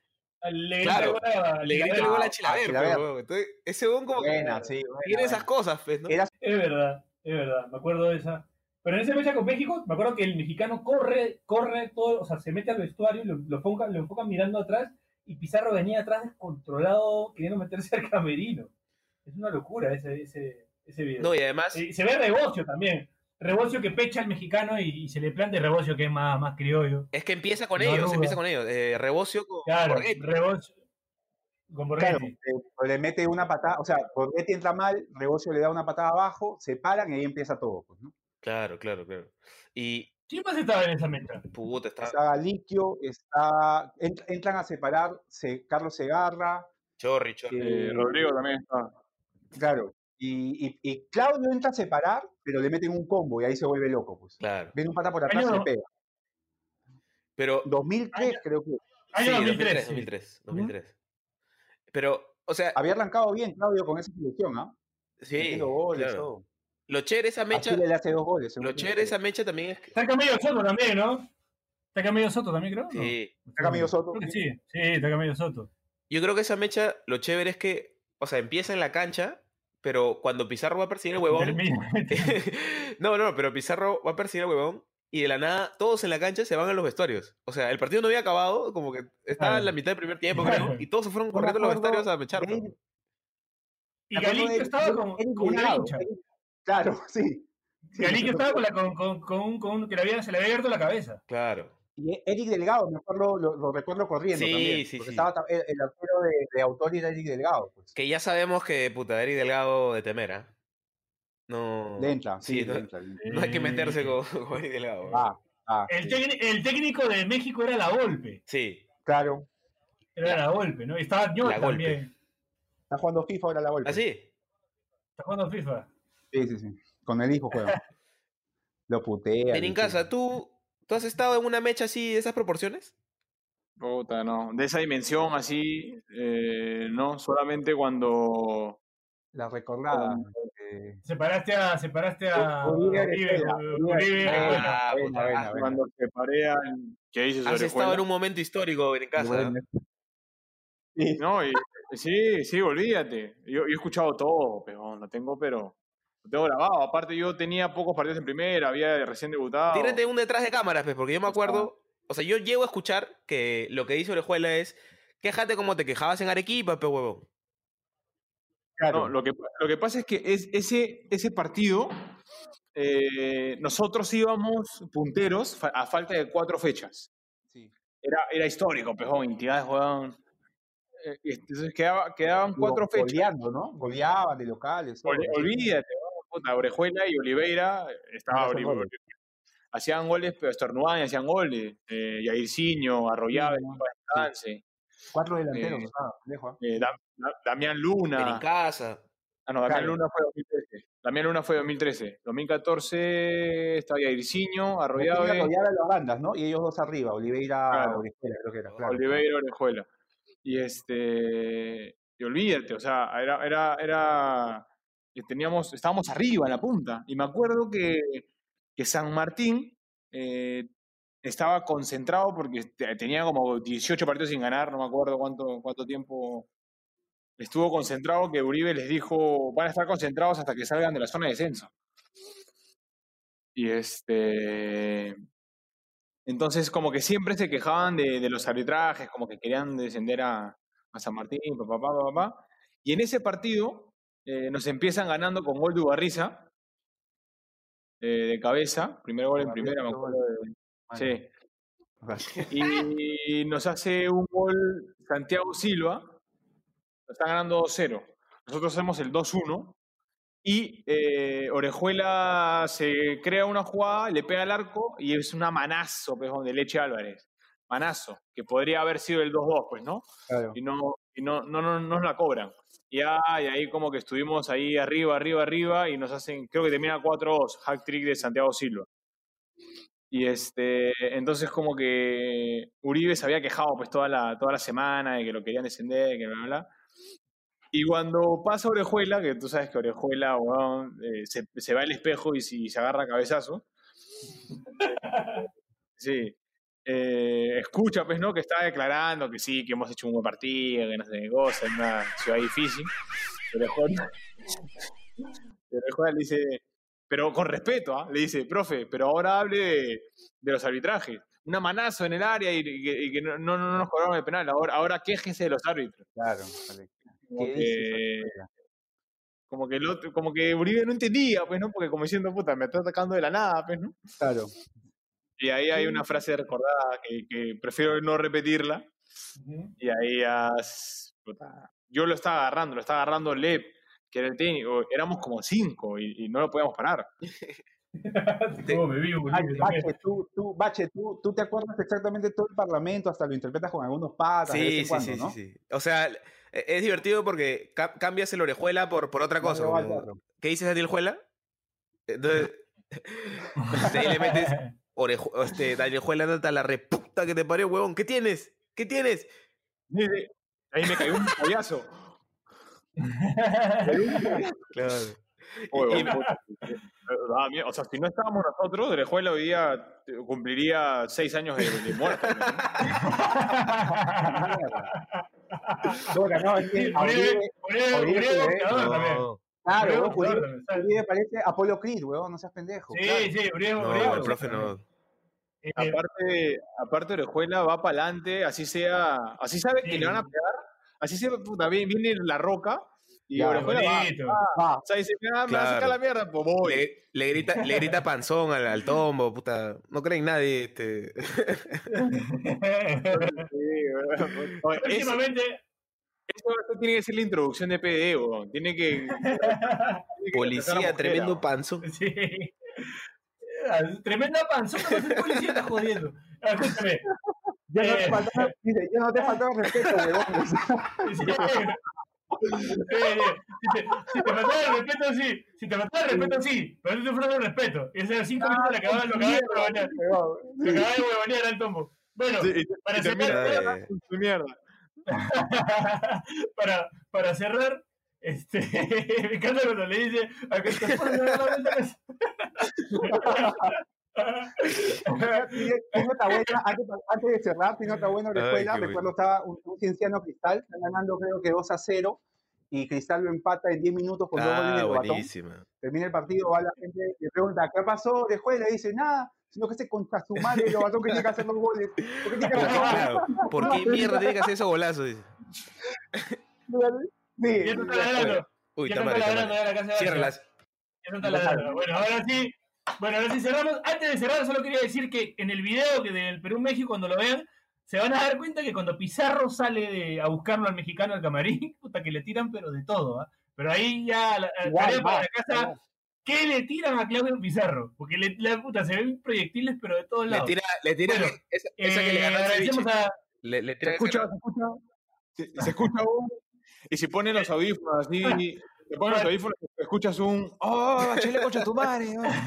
Le grita claro, algo a le grita Chilaver. el gol a Ah, Chilaver, Chilaver. pero, huevón, entonces, ese huevón como que Buena, sí, buena, tiene buena. esas cosas, pues, ¿no? Era Es verdad, es verdad, me acuerdo de esa. Pero en esa fecha con México, me acuerdo que el mexicano corre, corre todo, o sea, se mete al vestuario, lo, lo, enfoca, lo enfocan mirando atrás y Pizarro venía atrás descontrolado, queriendo meterse al camerino. Es una locura ese, ese, ese video. No, y además, Eh, se ve Rebocio también. Rebocio que pecha al mexicano y, y se le plantea Rebocio que es más, más criollo. es que empieza con No ellos, arruga. empieza con ellos. Eh, Rebocio con Claro, Borghetti. Rebocio con Claro, Borghetti. eh, le mete una patada, o sea, Borghetti entra mal, Rebocio le da una patada abajo, se paran y ahí empieza todo, pues, ¿no? Claro, claro, claro. Y, ¿Quién más estaba en esa meta? puta, está Está Galiquio, está, ent- entran a separar se- Carlos Segarra, Chorri, Chorri. Eh, eh, Rodrigo también está. claro, y, y- y Claudio entra a separar, pero le meten un combo y ahí se vuelve loco, pues. Claro. Viene un pata por atrás y Año- le pega. Pero, dos mil tres Año- creo que Año sí, dos mil tres. dos mil tres, dos mil tres. Pero, o sea, había arrancado bien Claudio con esa selección, ¿ah? sí, Metiendo goles, claro. todo. Lo chévere esa A mecha, Chile le hace dos goles. lo según chévere yo. esa mecha también es que, Está Camilo Soto también, ¿no? Está Camilo Soto también, creo. ¿no? sí, Está Camilo Soto. Creo que sí, sí, está Camilo Soto. yo creo que esa mecha, lo chévere es que, o sea, empieza en la cancha, pero cuando Pizarro va a perseguir al huevón, Termina. no, no, pero Pizarro va a perseguir al huevón y de la nada todos en la cancha se van a los vestuarios. O sea, el partido no había acabado, como que estaba en la mitad del primer tiempo, creo, y todos se fueron Yo me corriendo a los acuerdo vestuarios a mechar. de él- Y me acuerdo Galicia de- estaba yo- con, Eric con una Delgado, hincha. Eric- Claro, sí. Sí, Galicia me estaba con, acuerdo. la, con, con, con, un- con un- que le había, se le había abierto la cabeza. Claro. Y Eric Delgado, me acuerdo, lo, lo recuerdo corriendo Sí, también. sí, porque sí. estaba ta- el, el arquero de, de autor era Eric Delgado, pues. Que ya sabemos que puta, Eric Delgado de Temera. No. Le entra, sí, no, le entra. le entra. no hay que meterse Eh, con, con Eric Delgado. Ah, ah, El, sí. tecni- el técnico de México era la Volpe. Sí. Claro. Era la Volpe, ¿no? Y estaba Ñol La Volpe. también. Está jugando FIFA ahora la vuelta. ¿Ah, sí? Está jugando FIFA. Sí, sí, sí. Con el hijo juega. Lo putea. En casa, ¿tú, ¿tú has estado en una mecha así de esas proporciones? Puta, no. De esa dimensión así, eh, no. Solamente cuando. La recordada. eh, Separaste a. Separaste a. Uribe Uribe, Orejuela, Uribe, Uribe Orejuela. Ah, buena, puta. buena, buena. Cuando se parean. ¿Qué dices, Has estado en Orejuela? un momento histórico en casa. Bueno. Sí. No, y, sí, sí, olvídate. Yo, yo he escuchado todo, pero lo tengo, pero. Lo tengo grabado. Aparte, yo tenía pocos partidos en primera, había recién debutado. Tírate un detrás de cámaras, pues, porque yo me acuerdo. O sea, yo llego a escuchar que lo que dice Orejuela es. Quéjate como te quejabas en Arequipa, pe huevón. Claro. No, lo que, lo que pasa es que es, ese, ese partido, eh, nosotros íbamos punteros fa- a falta de cuatro fechas. Sí. Era, era histórico, pejón, entidades jugaban. eh, y entonces quedaba, quedaban Digo, cuatro fechas. Goleando, ¿no? Goleaban de locales. todo. Ol- olvídate, ¿no? Puta, Orejuela y Oliveira, estaba Hacían Oliveira. goles. Hacían goles, pero estornudaban y hacían goles. Eh, Yairzinho, Arroyave, Sí, ¿no? en paz descanse. Cuatro delanteros, Eh, o sea, pendejo, ¿ah? Eh, Dam- Da- Damián En Luna. casa. Ah, no, Damián Claro. Luna fue dos mil trece. Damián Luna fue dos mil trece. dos mil catorce estaba Yairzinho, Tenía Arroyave, Goleada a las bandas, ¿no? Y ellos dos arriba, Oliveira, Claro. Orejuela, creo que era, claro. Oliveira, Orejuela. Y este. Y olvídate, o sea, era. era, era que teníamos, estábamos arriba en la punta. Y me acuerdo que, que San Martín eh, estaba concentrado porque te- tenía como dieciocho partidos sin ganar, no me acuerdo cuánto, cuánto tiempo estuvo concentrado, que Uribe les dijo, van a estar concentrados hasta que salgan de la zona de descenso. Y este... Entonces, como que siempre se quejaban de, de los arbitrajes, como que querían descender a, a San Martín, papá, papá, papá. Y en ese partido eh, nos empiezan ganando con gol de Ubarriza, eh, de cabeza, primer gol en Ubarriza, primera, me qué acuerdo. de- Bueno. Sí. Y nos hace un gol Santiago Silva, nos está ganando dos cero. Nosotros hacemos el dos uno y eh, Orejuela se crea una jugada, le pega al arco y es una manazo, pues, de Leche Álvarez. Manazo, que podría haber sido el dos dos, pues, ¿no? Claro. Y no, y no, no, no, no nos la cobran. Y, ah, y ahí como que estuvimos ahí arriba, arriba, arriba, y nos hacen, creo que termina cuatro dos, hack trick de Santiago Silva. Y este, entonces como que Uribe se había quejado pues toda la, toda la semana de que lo querían descender, que bla, bla, bla. Y cuando pasa Orejuela, que tú sabes que Orejuela, bueno, eh, se, se va al espejo y, si, se agarra a cabezazo. Sí. Eh, escucha, pues, ¿no? Que está declarando que sí, que hemos hecho un buen partido, que no sé qué cosa, es una ciudad difícil. Orejuela, Orejuela le dice, pero con respeto, ¿ah? ¿eh? Le dice, profe, pero ahora hable de, de los arbitrajes. Una manazo en el área y, y, y que no, no, no nos cobraron el penal. Ahora, ahora quéjese de los árbitros. Claro, vale. Como que, como que, el otro, como que Uribe no entendía, pues, ¿no? Porque como diciendo, puta, me está atacando de la nada, pues, ¿no? Claro. Y ahí hay una frase recordada que, que prefiero no repetirla. Uh-huh. Y ahí ya, puta, yo lo estaba agarrando, lo estaba agarrando Lep, que era el técnico. Éramos como cinco y, y no lo podíamos parar. ¿Cómo me vivo, Bache, Bache, tú, tú, Bache tú, tú te acuerdas exactamente todo el parlamento, hasta lo interpretas con algunos patas. Sí, de vez en sí, cuando, sí, ¿no? sí, sí. O sea, es divertido porque ca cambias el Orejuela por, por otra cosa. Como, ¿qué dices, Daniel Juela? Entonces, de ahí le metes oreju este, Daniel Juela, anda la reputa que te parió, huevón. ¿Qué tienes? ¿Qué tienes? Ahí me cayó un payaso. Claro. Oye, y, y, o sea, si no estábamos nosotros, Orejuela hoy día cumpliría seis años de, de muerto. No, no, es que claro, Uribe parece Apolo Creed, huevón, no seas pendejo. Sí, claro. sí, Uribe, no, Uribe. el profe no. Eh, aparte, aparte Orejuela va para adelante, así sea, así sabe sí. que le van a pegar, así se puta, viene la roca. Y ya, Orejuela va, va, o sea, dice, ah, me claro. va a sacar la mierda, pues voy. Le, le, grita, le grita panzón al, al tombo, puta. No creen nadie, este. Últimamente. Eso, eso tiene que ser la introducción de P D E, weón. Tiene que. Tiene que policía, tremendo panzón. Sí. Tremenda panzón, no es policía, está jodiendo. Escúchame. Ya no, eh, te faltaba, dice, ya no te faltaba respeto, weón. Sí. Sí, sí. Si, te, si te faltaba el respeto, sí. Si te faltaba el respeto, sí. Pero no te faltaba el respeto. Y esos cinco minutos le acababan lo acababa de huevonear. Lo acababa de huevonear al tombo. Bueno, sí, para cerrar. Tu mierda. para, para cerrar, este, me encanta cuando le dice a que te pones a dar la vuelta. antes, antes de cerrar, tiene otra buena Orejuela. Recuerdo estaba un, un Cienciano Cristal, está ganando creo que dos a cero, y Cristal lo empata en diez minutos con dos goles de Lobatón. Termina el partido, va la gente, le pregunta, ¿qué pasó Orejuela? Y dice, nada, sino que se contra su madre Lobatón que tiene que hacer los goles. ¿Por qué, tiene que hacer claro, ¿por qué mierda tiene que hacer esos golazos? Dice. Sí, ya no está ladrando. Uy, está mal. Ciérralas. Ya no está ladrando. Bueno, ahora sí. Bueno, ahora sí cerramos. Antes de cerrar, solo quería decir que en el video que del Perú-México, cuando lo vean, se van a dar cuenta que cuando Pizarro sale de, a buscarlo al mexicano al camarín, puta, que le tiran, pero de todo, ¿eh? Pero ahí ya, la, tarea para la casa, igual. ¿Qué le tiran a Claudio Pizarro? Porque le, la puta, se ven proyectiles, pero de todos lados. Le tira, le tira bueno, esa, esa eh, que le ganó agradecemos a... Le, le tira se escucha, se escucha, se, se escucha un... Y si ponen los audífonos así... Te pones los audífonos y escuchas un ¡oh, chile concha tu madre!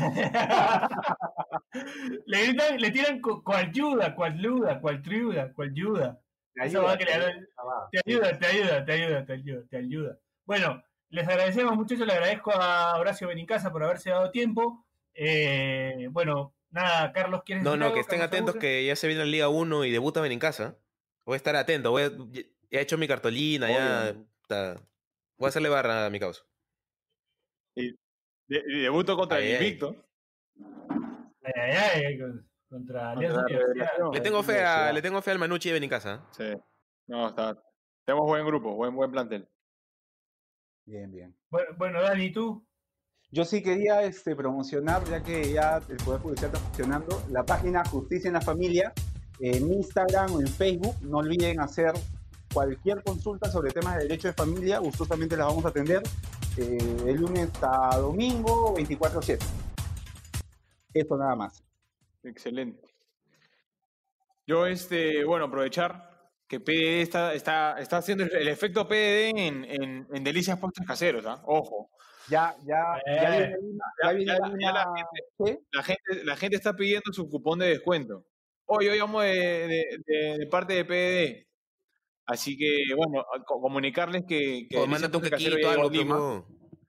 Le gritan, le tiran cual ayuda, cual luda, cual triuda, cual ayuda. Te ayuda, te ayuda, te ayuda, te ayuda, te ayuda, te ayuda. Bueno, les agradecemos muchachos, le agradezco a Horacio Benincasa por haberse dado tiempo. Eh, bueno, nada, Carlos, ¿quieres No, decir no, algo? que estén atentos que ya se viene la Liga uno y debuta Benincasa. Voy a estar atento, voy a, ya he hecho mi cartolina, Obvio. ya está. Voy a hacerle barra a mi causa. Y, de, y debuto contra ay, el invicto. Ay, ay, ay, contra Alianza Le tengo fe a, le tengo fe al Manucci de Benincasa. Sí. No, está. Tenemos buen grupo, buen, buen plantel. Bien, bien. Bueno, bueno, Dani, ¿tú? Yo sí quería este, promocionar, ya que ya el Poder Judicial está funcionando, la página Justicia en la Familia, en Instagram o en Facebook. No olviden hacer cualquier consulta sobre temas de derecho de familia, gustosamente las vamos a atender eh, de lunes a domingo, veinticuatro siete. Esto nada más. Excelente. Yo, este, bueno, aprovechar que P D D está, está, está haciendo el, el efecto P D D en, en, en Delicias Postres Caseros, ¿ah? Ojo. Ya, ya, Eh, ya viene una, ya Ya, viene ya- una- ya la, gente, ¿qué? la, gente, la gente está pidiendo su cupón de descuento. Hoy yo llamo de, de, de- de parte de P D D. Así que, bueno, a- co- comunicarles que, que O Delicias mándate un Postres Caseros quequito, ya llegó algo, a Lima. primo.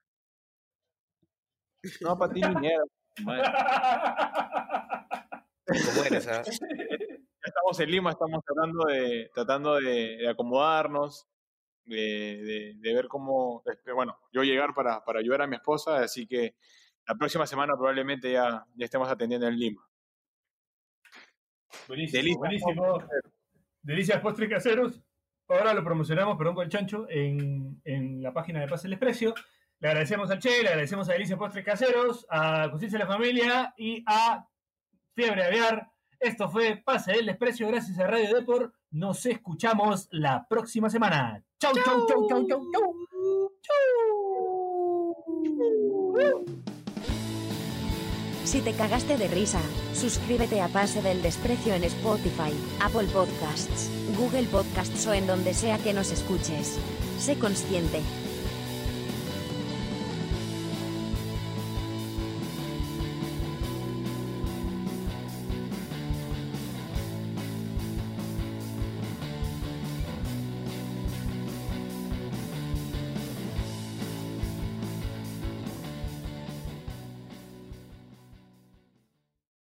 No, para ti ni mierda. Madre. ¿Cómo eres, ah? Ya estamos en Lima, estamos tratando de, tratando de, de acomodarnos, de, de- de ver cómo, este, bueno, yo llegar para, para ayudar a mi esposa, así que la próxima semana probablemente ya, ya estemos atendiendo en Lima. Buenísimo, Delicias buenísimo. Delicias Postres Caseros. Ahora lo promocionamos, perdón con el chancho, en, en la página de Pase el Desprecio. Le agradecemos al Che, le agradecemos a Delicias Postres Caseros, a Justicia de la Familia y a Fiebre Aviar. Esto fue Pase el Desprecio gracias a Radio Depor. Nos escuchamos la próxima semana. Chau, chau, chau, chau, chau, chau. Si te cagaste de risa, suscríbete a Pase del Desprecio en Spotify, Apple Podcasts, Google Podcasts o en donde sea que nos escuches. Sé consciente.